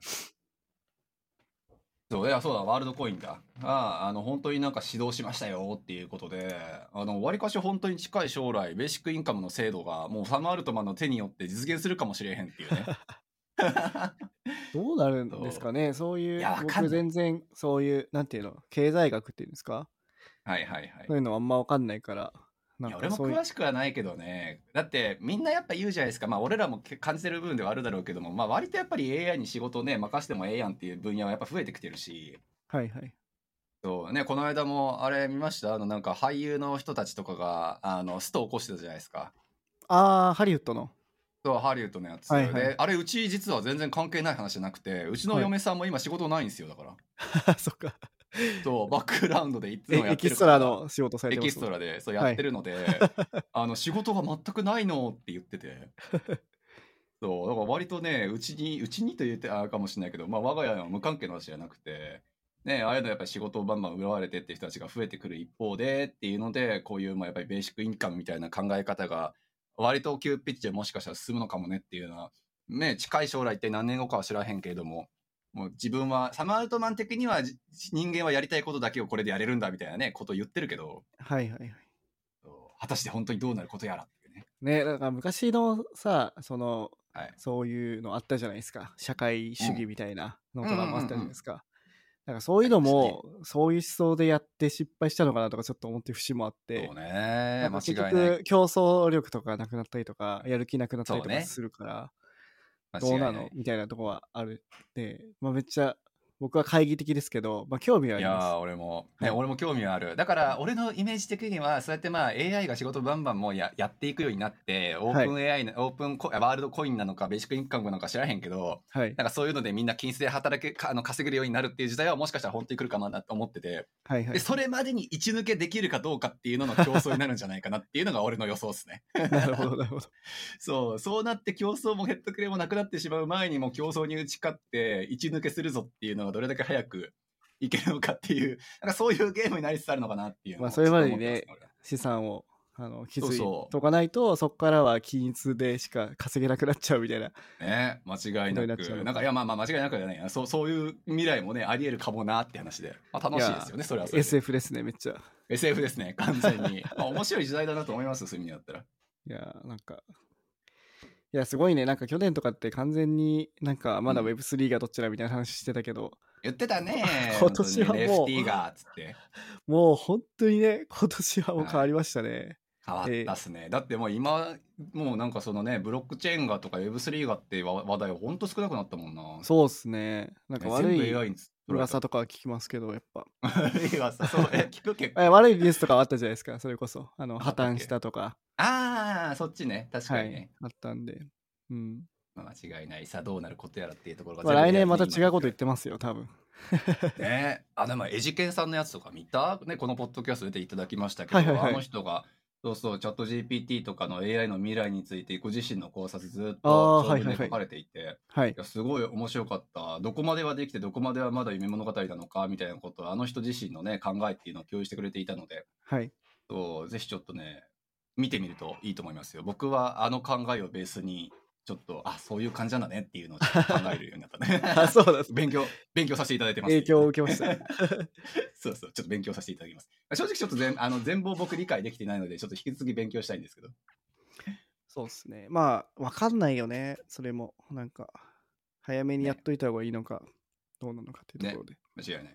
そう、いや、そうだ、ワールドコインだ。本当になんか指導しましたよっていうことで、わりかし本当に近い将来、ベーシックインカムの制度が、もうサム・アルトマンの手によって実現するかもしれへんっていうね。 どうなるんですそう。 かね。そういや、 いう、僕わかんない。 全然そういう、なんていうの、経済学っていうんですか？ はいはいはい。 そういうのあんまわかんないから、ないや、 んかそういう、 俺も詳しくはないけどね。だって、みんなやっぱ言うじゃないですか。まあ、俺らも感じてる部分ではあるだろうけども、まあ、割とやっぱり AI に仕事をね、任せてもええやんっていう分野はやっぱ増えてきてるし、 はいはい。 そうね、この間も、あれ見ました？なんか俳優の人たちとかが、スト起こしてたじゃないですか。 ああ、ハリウッドの。 そう、ハリウッドのやつ。で、 はいはい。 あれ、うち実は全然関係ない話じゃなくて、うちのはい。 嫁さんも今仕事ないんですよ、だから。 そっか。 そう、バックグラウンドでいつもやってエキストるから、 ラの仕事されエキてますもんね。 ストラで、そうやはい。 ってるので、仕事が全くないのって言ってて。そう、だから割とね、うちにと言ってあれかもしれないけど、まあ我が家は無関係の話じゃなくて、ね、ああいうのやっぱり仕事をバンバン奪われてっていう人たちが増えてくる一方でっていうので、こういうまあやっぱりベーシックインカムみたいな考え方が割と急ピッチでもしかしたら進むのかもねっていうのは、ね、近い将来って何年後かは知らへんけれども、もう自分は、サム・アルトマン的には人間はやりたいことだけをこれでやれるんだみたいなね、ことを言ってるけど、 はいはいはい。 果たして本当にどうなることやらっていうね。 ね、なんか昔のさ、 はい。 そういうのあったじゃないですか。社会主義うん。 みたいなうんうんのとかもあったじゃうんうん。 ないですか。なんかそういうありましたね。 のも、そういう思想でやって失敗したのかなとかちょっと思ってる節もあっそうて、なね。 んか結間違いない。 局競争力とかなくなったりとか、やる気なくなったりそうね。 とかするから、どうな間違いない。 のみたいなとこはあるで、まあ、めっちゃ僕は懐疑的ですけど、まあ興味はあります。 いやー、俺も、ね、 はい。 俺も興味はある。だから、俺のイメージ的には、そうやってまあ AI が仕事バンバンもうやっていくようになって、オーはい。 プン AI オープンワールドコインなのか、ベーシックインカムなのか知らへんけど、 はい。 なんかそういうのでみんな均一で稼げるようになるっていう時代はもしかしたら本当に来るかなと思ってて、で、 はいはいはい。 それまでに一抜けできるかどうかっていうのの競争になるんじゃないかなっていうのが俺の予想ですね。 なるほど、なるほど。 そうなって競争もヘッドクレもなくなってしまう前にも競争に打ち勝って一抜けするぞっていうのがどれだけ早くいけるのかっていう、なんかそういうゲームになりつつあるのかなっていうまあそれのをちょっとまでにね、 思ってますね、俺は。 資産をそう築いそとかないと、そこからは均一でしか稼げなくなっちゃうみたいなう。ね、間違いことになっちゃうなく。なんか、いのか。 や、まあまあ間違いなくじゃないな。そういう未来もね、あり得るかもなって話で。まあいや、 楽しいですよね、それはそれで。 SF ですね、めっちゃ。 SF ですね、完全に。まあ面白い時代だなと思いますよ、そういう意味だったら。 いや、なんか、いや、すごいね。なんか去年とかって完全になんかまだうん。 Web3 がどっちだみたいな話してたけど、 言ってたね、 今年本当にはも NFT が、つって。 もう本当にね、今年はもう変はい。 わりましたね。 変わったえっすね。だってもう今、もうなんかそのね、ブロックチェーンがとか Web3 がって話題はほんと少なくなったもんな。 そうっすね。なんかね、全部悪い AI に取られた。 噂とかは聞きますけど、やっぱ。 いやさ、そう、聞く結構。 悪いニュースとかはあったじゃないですか、それこそ。破綻しあったっけ？ たとか。 ああ、そっちね。確かはい、 にね。 あったんで。うん。 まあ間違いない。さあどうなることやらっていうところがまあ全部来年 AI またに今乗っかる。 違うこと言ってますよ、多分。 ね。でもエジケンさんのやつとか見たね、このポッドキャスト出ていただきましたけど、あはいはいはい。 の人が、そうそう、チャット GPT とかの AI の未来についてご自身の考察ずっああ、 と長はいはいはい。 文で書かれていて、 はい。 いや、すごい面白かった。どこまではできて、どこまではまだ夢物語なのか、みたいなことを、あの人自身のね、考えっていうのを共有してくれていたので、 はい。 そう、ぜひちょっとね、見てみるといいと思いますよ。僕はあの考えをベースに、ちょっと、そういう感じなんだねっていうのをちょっと考えるようになったね。 あ、そうなんですね。 勉強させていただいてます影ね、今。 響を受けました。 そうそう、ちょっと勉強させていただきます。正直ちょっと全貌僕理解できてないので、ちょっと引き続き勉強したいんですけど。 そうっすね。まあ、わかんないよね。それも。なんか、早めにやっね、 といた方がいいのか、どうなのかっていうとこね、 ろで。 間違いない。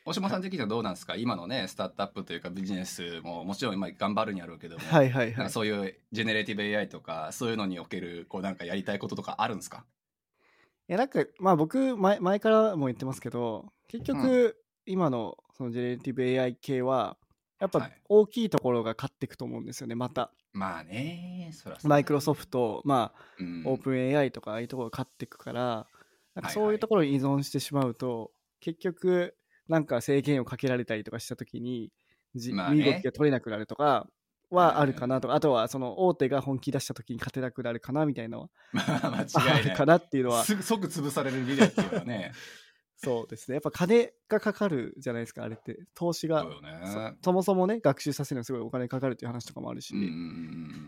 大島さん的にはどうなんですか？今のね、スタートアップというかビジネスももちろん今頑張るにあるけども、 はいはいなんはい。 かそういうジェネレーティブ AI とか、そういうのにおける、こうなんかやりたいこととかあるんですか？ なんか、まあ僕、前からも言ってますけど、結うん。 局、今のそのジェネレティブ AI 系は、やっぱはい。 大きいところが勝っていくと思うんですよね、また。 まあね、そりゃそうだよマイクロソフね。 ト、まあ、 うん。 オープン AI とか、ああいうところが勝っていくから、なんかはいはい。 そういうところに依存してしまうと、結局、なんか制限をかけられたりとかしたときに、身動きまあね。 が取れなくなるとかうはあるかなん。 とか、あとはその大手が本気出したときに勝てなくなるかなみたいなのはまああ間違いない。 るかなっていうのは即潰される未来っていうのはね。 そうですね。やっぱ金がかかるじゃないですか、あれって。投資が、 そうよね。 そもそもね、学習させるのにすごいお金かかるっていう話とかもあるし、 うんうんうんうん。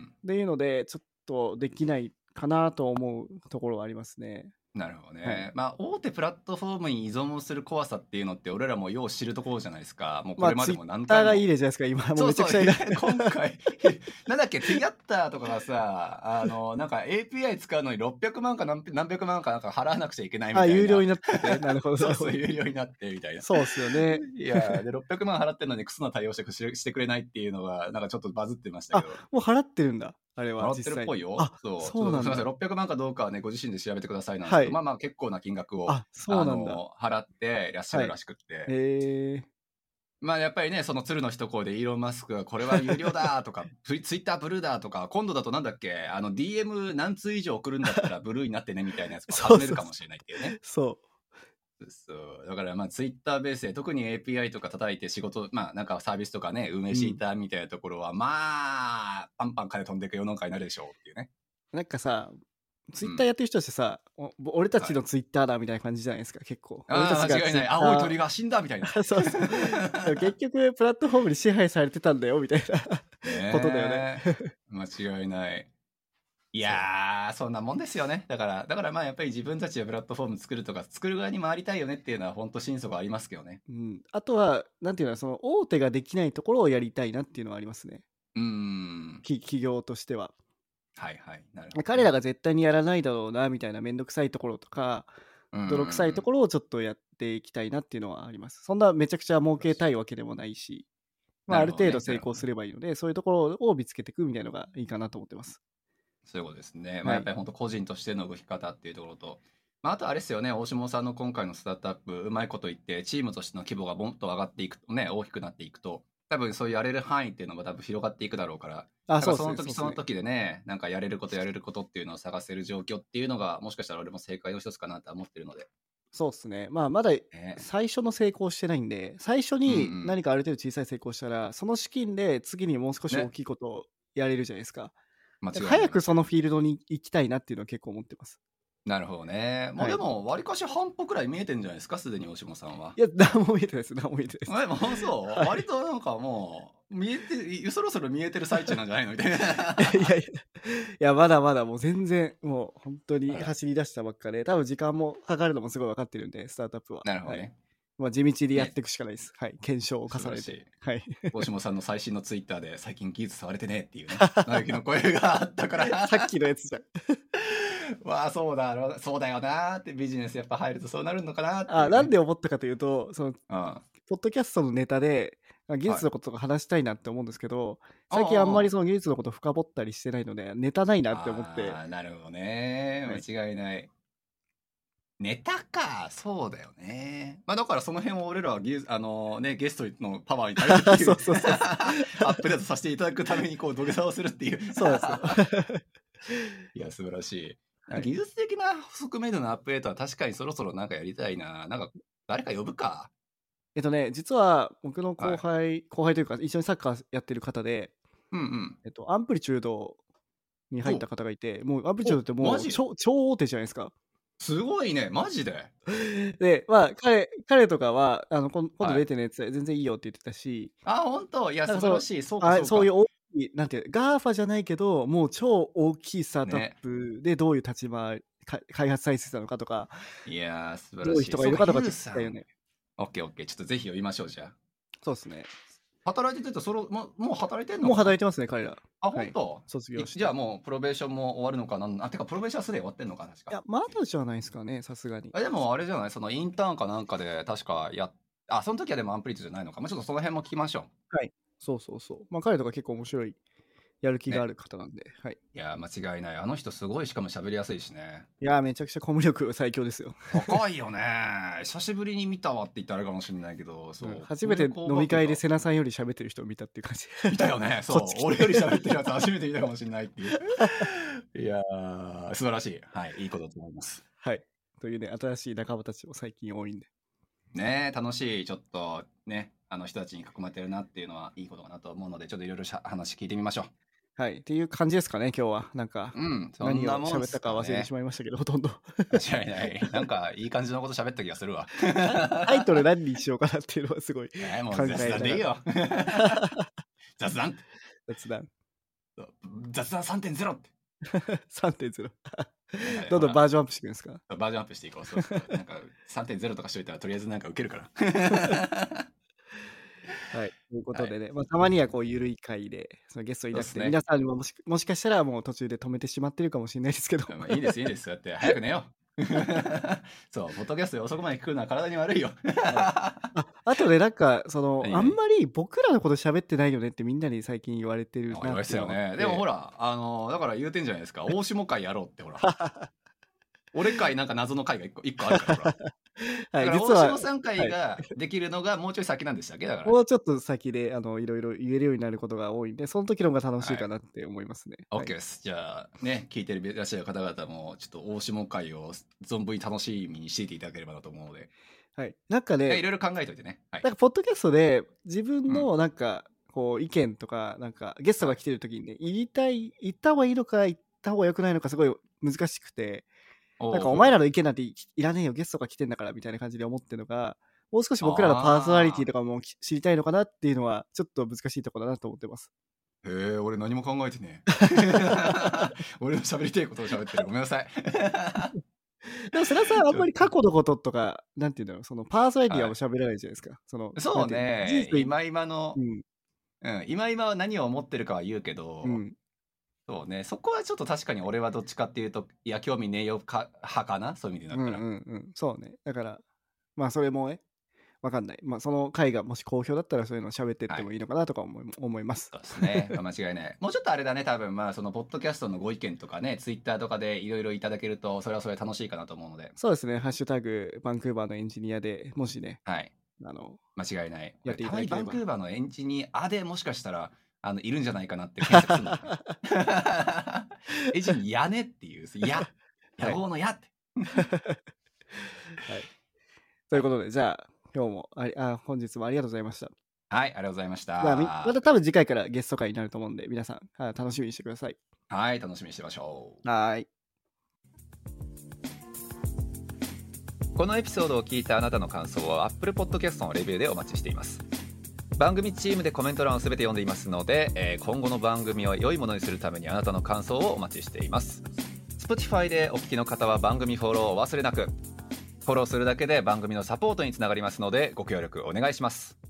っていうので、ちょっとできないかなと思うところはありますね。 なるほどはい。 ね。まあ、大手プラットフォームに依存をする怖さっていうのって、俺らもよう知るところじゃないですか。もうこまあ、 れまでもツイッターがいい何回も。 例じゃないですか、今。もうそうそう、 めちゃくちゃいる。 今回、なんだっけ、ツイッターとかがさ、なんか API 使うのに600万か何百万かなんか払わなくちゃいけないみあ、 たいな。 有料になってて、なるほど、なそうそう、 るほど。 有料になってみたいな。 そうっすよね。 いやで、600万払ってるのにクソな対応してくれないっていうのが、なんかちょっとバズってましたけあ、 ど。 もう払ってるんだ、あれは、 払ってるっ実際に。 ぽいよ。 あ、 そう。ちょっとすみません、 そうなんだ。 600万かどうかはね、ご自身で調べてくださいなんですけど、まはい。 あまあ結構な金額を、 あ、そうなんだ。 払っていらっしゃはい。 るらしくって。 へえ。 まあやっぱりね、その鶴の一声でイーロン・マスクがこれは有料だとか、ツイッターブルーだとか、今度だとなんだっけ、DM 何通以上送るんだったらブルーになってねみたいなやつも始めるそうそうそう。 かもしれないっていうね。 そう。 そう。だからまあツイッターベースで特に API とか叩いて仕事、まあなんかサービスとかね、運営していうん。 たみたいなところは、まあ、パンパン金飛んでいく世の中になるでしょうっていうね。 なんかさ、ツイッターうん。 やってる人ってさ、俺たはい。 ちのツイッターだみたいな感じじゃないですか、結構。俺たああ、 ちがツイッ間違いない。青い鳥タが死んだみたいな。 ー、そうそう。でも結局、プラットフォームに支配されてたんだよ、みたいなことだよね。 ねえ。間違いない。いそう。 やー、そんなもんですよね。だからまあやっぱり自分たちでプラットフォーム作るとか、作る側に回りたいよねっていうのは本当心底ありますけどね。 うん。あとは、なんていうの、その大手ができないところをやりたいなっていうのはありますね。 うーん。 企業としては。 はいはい。なるほどね。 彼らが絶対にやらないだろうな、みたいなめんどくさいところとか、 うんうんう泥臭いとん。 ころをちょっとやっていきたいなっていうのはあります。そんなめちゃくちゃ儲素晴らしい。 けたいわけでもないし、まあ、あるなるほどね。 程度成功なるほどね。 すればいいので、そういうところを見つけていくみたいなのがいいかなと思ってます。 そういうことですね。まあはい。 やっぱり本当個人としての動き方っていうところと、まあ、あとあれですよね、大下さんの今回のスタートアップ、うまいこと言って、チームとしての規模がボンと上がっていくとね、大きくなっていくと、多分そういうやれる範囲っていうのが多分広がっていくだろうから、 あ、 なんかそうですね、 その時そのそうですね。 時でね、なんかやれることっていうのを探せる状況っていうのが、もしかしたら俺も正解の一つかなとは思ってるので。 そうですね。まあ、まだね。 最初の成功してないんで、最初うんうにん。 何かある程度小さい成功したら、その資金で次にもう少し大ね。 きいことをやれるじゃないですか。 間だから違いない間違い早くそのフィーない。 ルドに行きたいなっていうのは結構思ってます。 なるほどね。もうはい。 でも、わりかし半歩くらい見えてんじゃないですか、すでに大下さんは。 いや、何も見えてないです。何も見えてないです。 もうそうはい。 割となんかもう、そろそろ見えてる最中なんじゃないのみたいな。 いやいや、いや、まだまだもう全然、もう本当に走り出したばっかで、多分時間もかかるのもすごい分かってるんで、スタートアップは。はい。 なるほどね。 まあ、地道にやっね、 ていくしかないです。はい。検証を重ねて。 素晴らしい。 はい。 大下さんの最新のツイッターで最近技術触れてねっていうね、嘆きの声があったかさっらきのやつじゃん。 わあ、そうだよなーってビジネスやっぱ入るとそうなるのかなっていあ、 うね。 なんで思ったかというと、その、 うん。はい。 ポッドキャストのネタで、技術のこととか話したいなって思うんですけど、 うんう最近あんまりんうん。 その技術のこと深掘ったりしてないので、ネタないなって思って、 ああ、なるほどね。 はい。 間違いない。ネタか、そうだよね。まあだからその辺を俺らはゲストのパワーに頼るっていうそうそうそうそう。 アップデートさせていただくためにこう土下座をするっていうそうなんですよ。 いや、素晴らしい。 はい。 技術的な側面でのアップデートは確かにそろそろなんかやりたいな。なんか誰か呼ぶか。 実は僕のはい。 後輩というか、一緒にサッカーやってる方で、 うんうん。 アンプリチュードに入ほった方がいて、もうアンプリチュードお、 ってもうマジ超大手じゃないですか。 すごいね。マジでで、まあ、彼とかは、今度はい。 出てねって全然いいよって言ってたし、 あ、本当いや、 なんかその、 素晴らしい。そうかそうか。 そういう大きい、なんていう、ガーファじゃないけど、もう超大きいスタートアッね。 プでどういう立場、開発体制なのかとか、 いやー、素晴どういうらしい。そうか、 人がいるかとかゆって聞きたいようさん。 ね。 オッケーオッケー。ちょっとぜひ呼びましょう、じゃあ。 そうですね。 働いてて、もう働いてんのもうかな？ 働いてますね、彼ら。 あ、 はい。 本当？じゃあ卒業して。 もうプロベーションも終わるのかなあ、てかプロベーションはすでに終わってんのか確か。 いや、まだじゃないですかね、さすがに。 でもあれじゃないインターンかなんかで確かその時はでもアンプリートじゃないのか。ちょっとその辺も聞きましょう。はい。そう。彼とか結構面白い、やる気がある方なんで、ね、はい。 いや、間違いない。あの人すごい、しかも喋りやすいしね。 いや、めちゃくちゃコミュ力最強ですよ。 高いよね。久しぶりに見たわって言ったらあれかもしれないけど、そう。 初めて飲み会で瀬名さんより喋ってる人を見たっていう感じ。 見たよね。そう。俺より喋ってるやつ初めて見たかもしれないっていう。いやー、素晴らしい。はい。いいことだと思います。 はい。というね、新しい仲間たちも最近多いんで。 ね、楽しい。ちょっとね、人たちに囲まれてるなっていうのはいいことかなと思うので、ちょっといろいろ話聞いてみましょう。 はい。っていう感じですかね、今日は。なんか、何を喋ったか忘れてしまいましたけど、ほとんど。 間違いない。なんか、いい感じのこと喋った気がするわ。 タイトル何にしようかなっていうのはすごい考えもう雑談でいいよ。雑談。雑談 3.0 って。 3.0 どんどんバージョンアップしていくんですか？ バージョンアップしていこう。そうなんか 3.0 とかしといたらとりあえずなんかウケるから。 はい。ということでね、たまにはこう緩い回でそのゲストいなくて、皆さんにももしかしたらもう途中で止めてしまってるかもしれないですけど。 いいです。だって早く寝よう。そう、ポッドキャストで遅くまで聞くのは体に悪いよ。 あとね、なんかあんまり僕らのこと喋ってないよねってみんなに最近言われてるなって。 言われてたよね。でもほら、だから言うてんじゃないですか。大下会やろうってほら。俺会なんか謎の会が1個あるからほら。はい、実は大下さん会ができるのがもうちょい先なんでしたっけ？だからもうちょっと先でいろいろ言えるようになることが多いんで、その時の方が楽しいかなって思いますね。 OK です。じゃあね、聞いていらっしゃる方々もちょっと大下会を存分に楽しみにしていただければなと思うので、 はい、なんかね、 いろいろ考えといてね。 なんかポッドキャストで自分のなんかこう意見とか、なんかゲストが来てる時にね、言った方がいいのか言った方が良くないのかすごい難しくて。なんかお前らの意見なんていらねえよ、ゲストが来てんだからみたいな感じで思ってるのが、もう少し僕らのパーソナリティとかも知りたいのかなっていうのはちょっと難しいところだなと思ってます。 へえ、俺何も考えてね俺の喋りたいことを喋ってる。ごめんなさい。 でも瀬名さんあんまり過去のこととかなんていうんだろう、そのパーソナリティは喋らないじゃないですか。 そうね。今の、今は何を思ってるかは言うけど。そうね、そこはちょっと確かに俺はどっちかっていうと、いや、興味ねえよ派かな、そういう意味でだったら。 そうね。だから、それもね、わかんない。その回がもし好評だったらそういうのを喋ってってもいいのかなとか思います。 そうですね。間違いない。もうちょっとあれだね、多分そのポッドキャストのご意見とかね、ツイッターとかでいろいろいただけると、それはそれ楽しいかなと思うので。 そうですね。ハッシュタグバンクーバーのエンジニアでもしね、 間違いない。 やっていただければ。 たまにバンクーバーのエンジニアでもしかしたらいるんじゃないかなって検索するの。エンジニアねっていう、野望のやって。 はい。ということで、じゃあ今日も本日もありがとうございました。 はい、ありがとうございました。 また多分次回からゲスト会になると思うんで、皆さん楽しみにしてください。 はい、楽しみにしてましょう。 はい。 このエピソードを聞いたあなたの感想は Apple Podcast のレビューでお待ちしています。番組チームでコメント欄をすべて読んでいますので、今後の番組を良いものにするためにあなたの感想をお待ちしています。Spotify でお聞きの方は番組フォローをお忘れなく。フォローするだけで番組のサポートにつながりますのでご協力お願いします。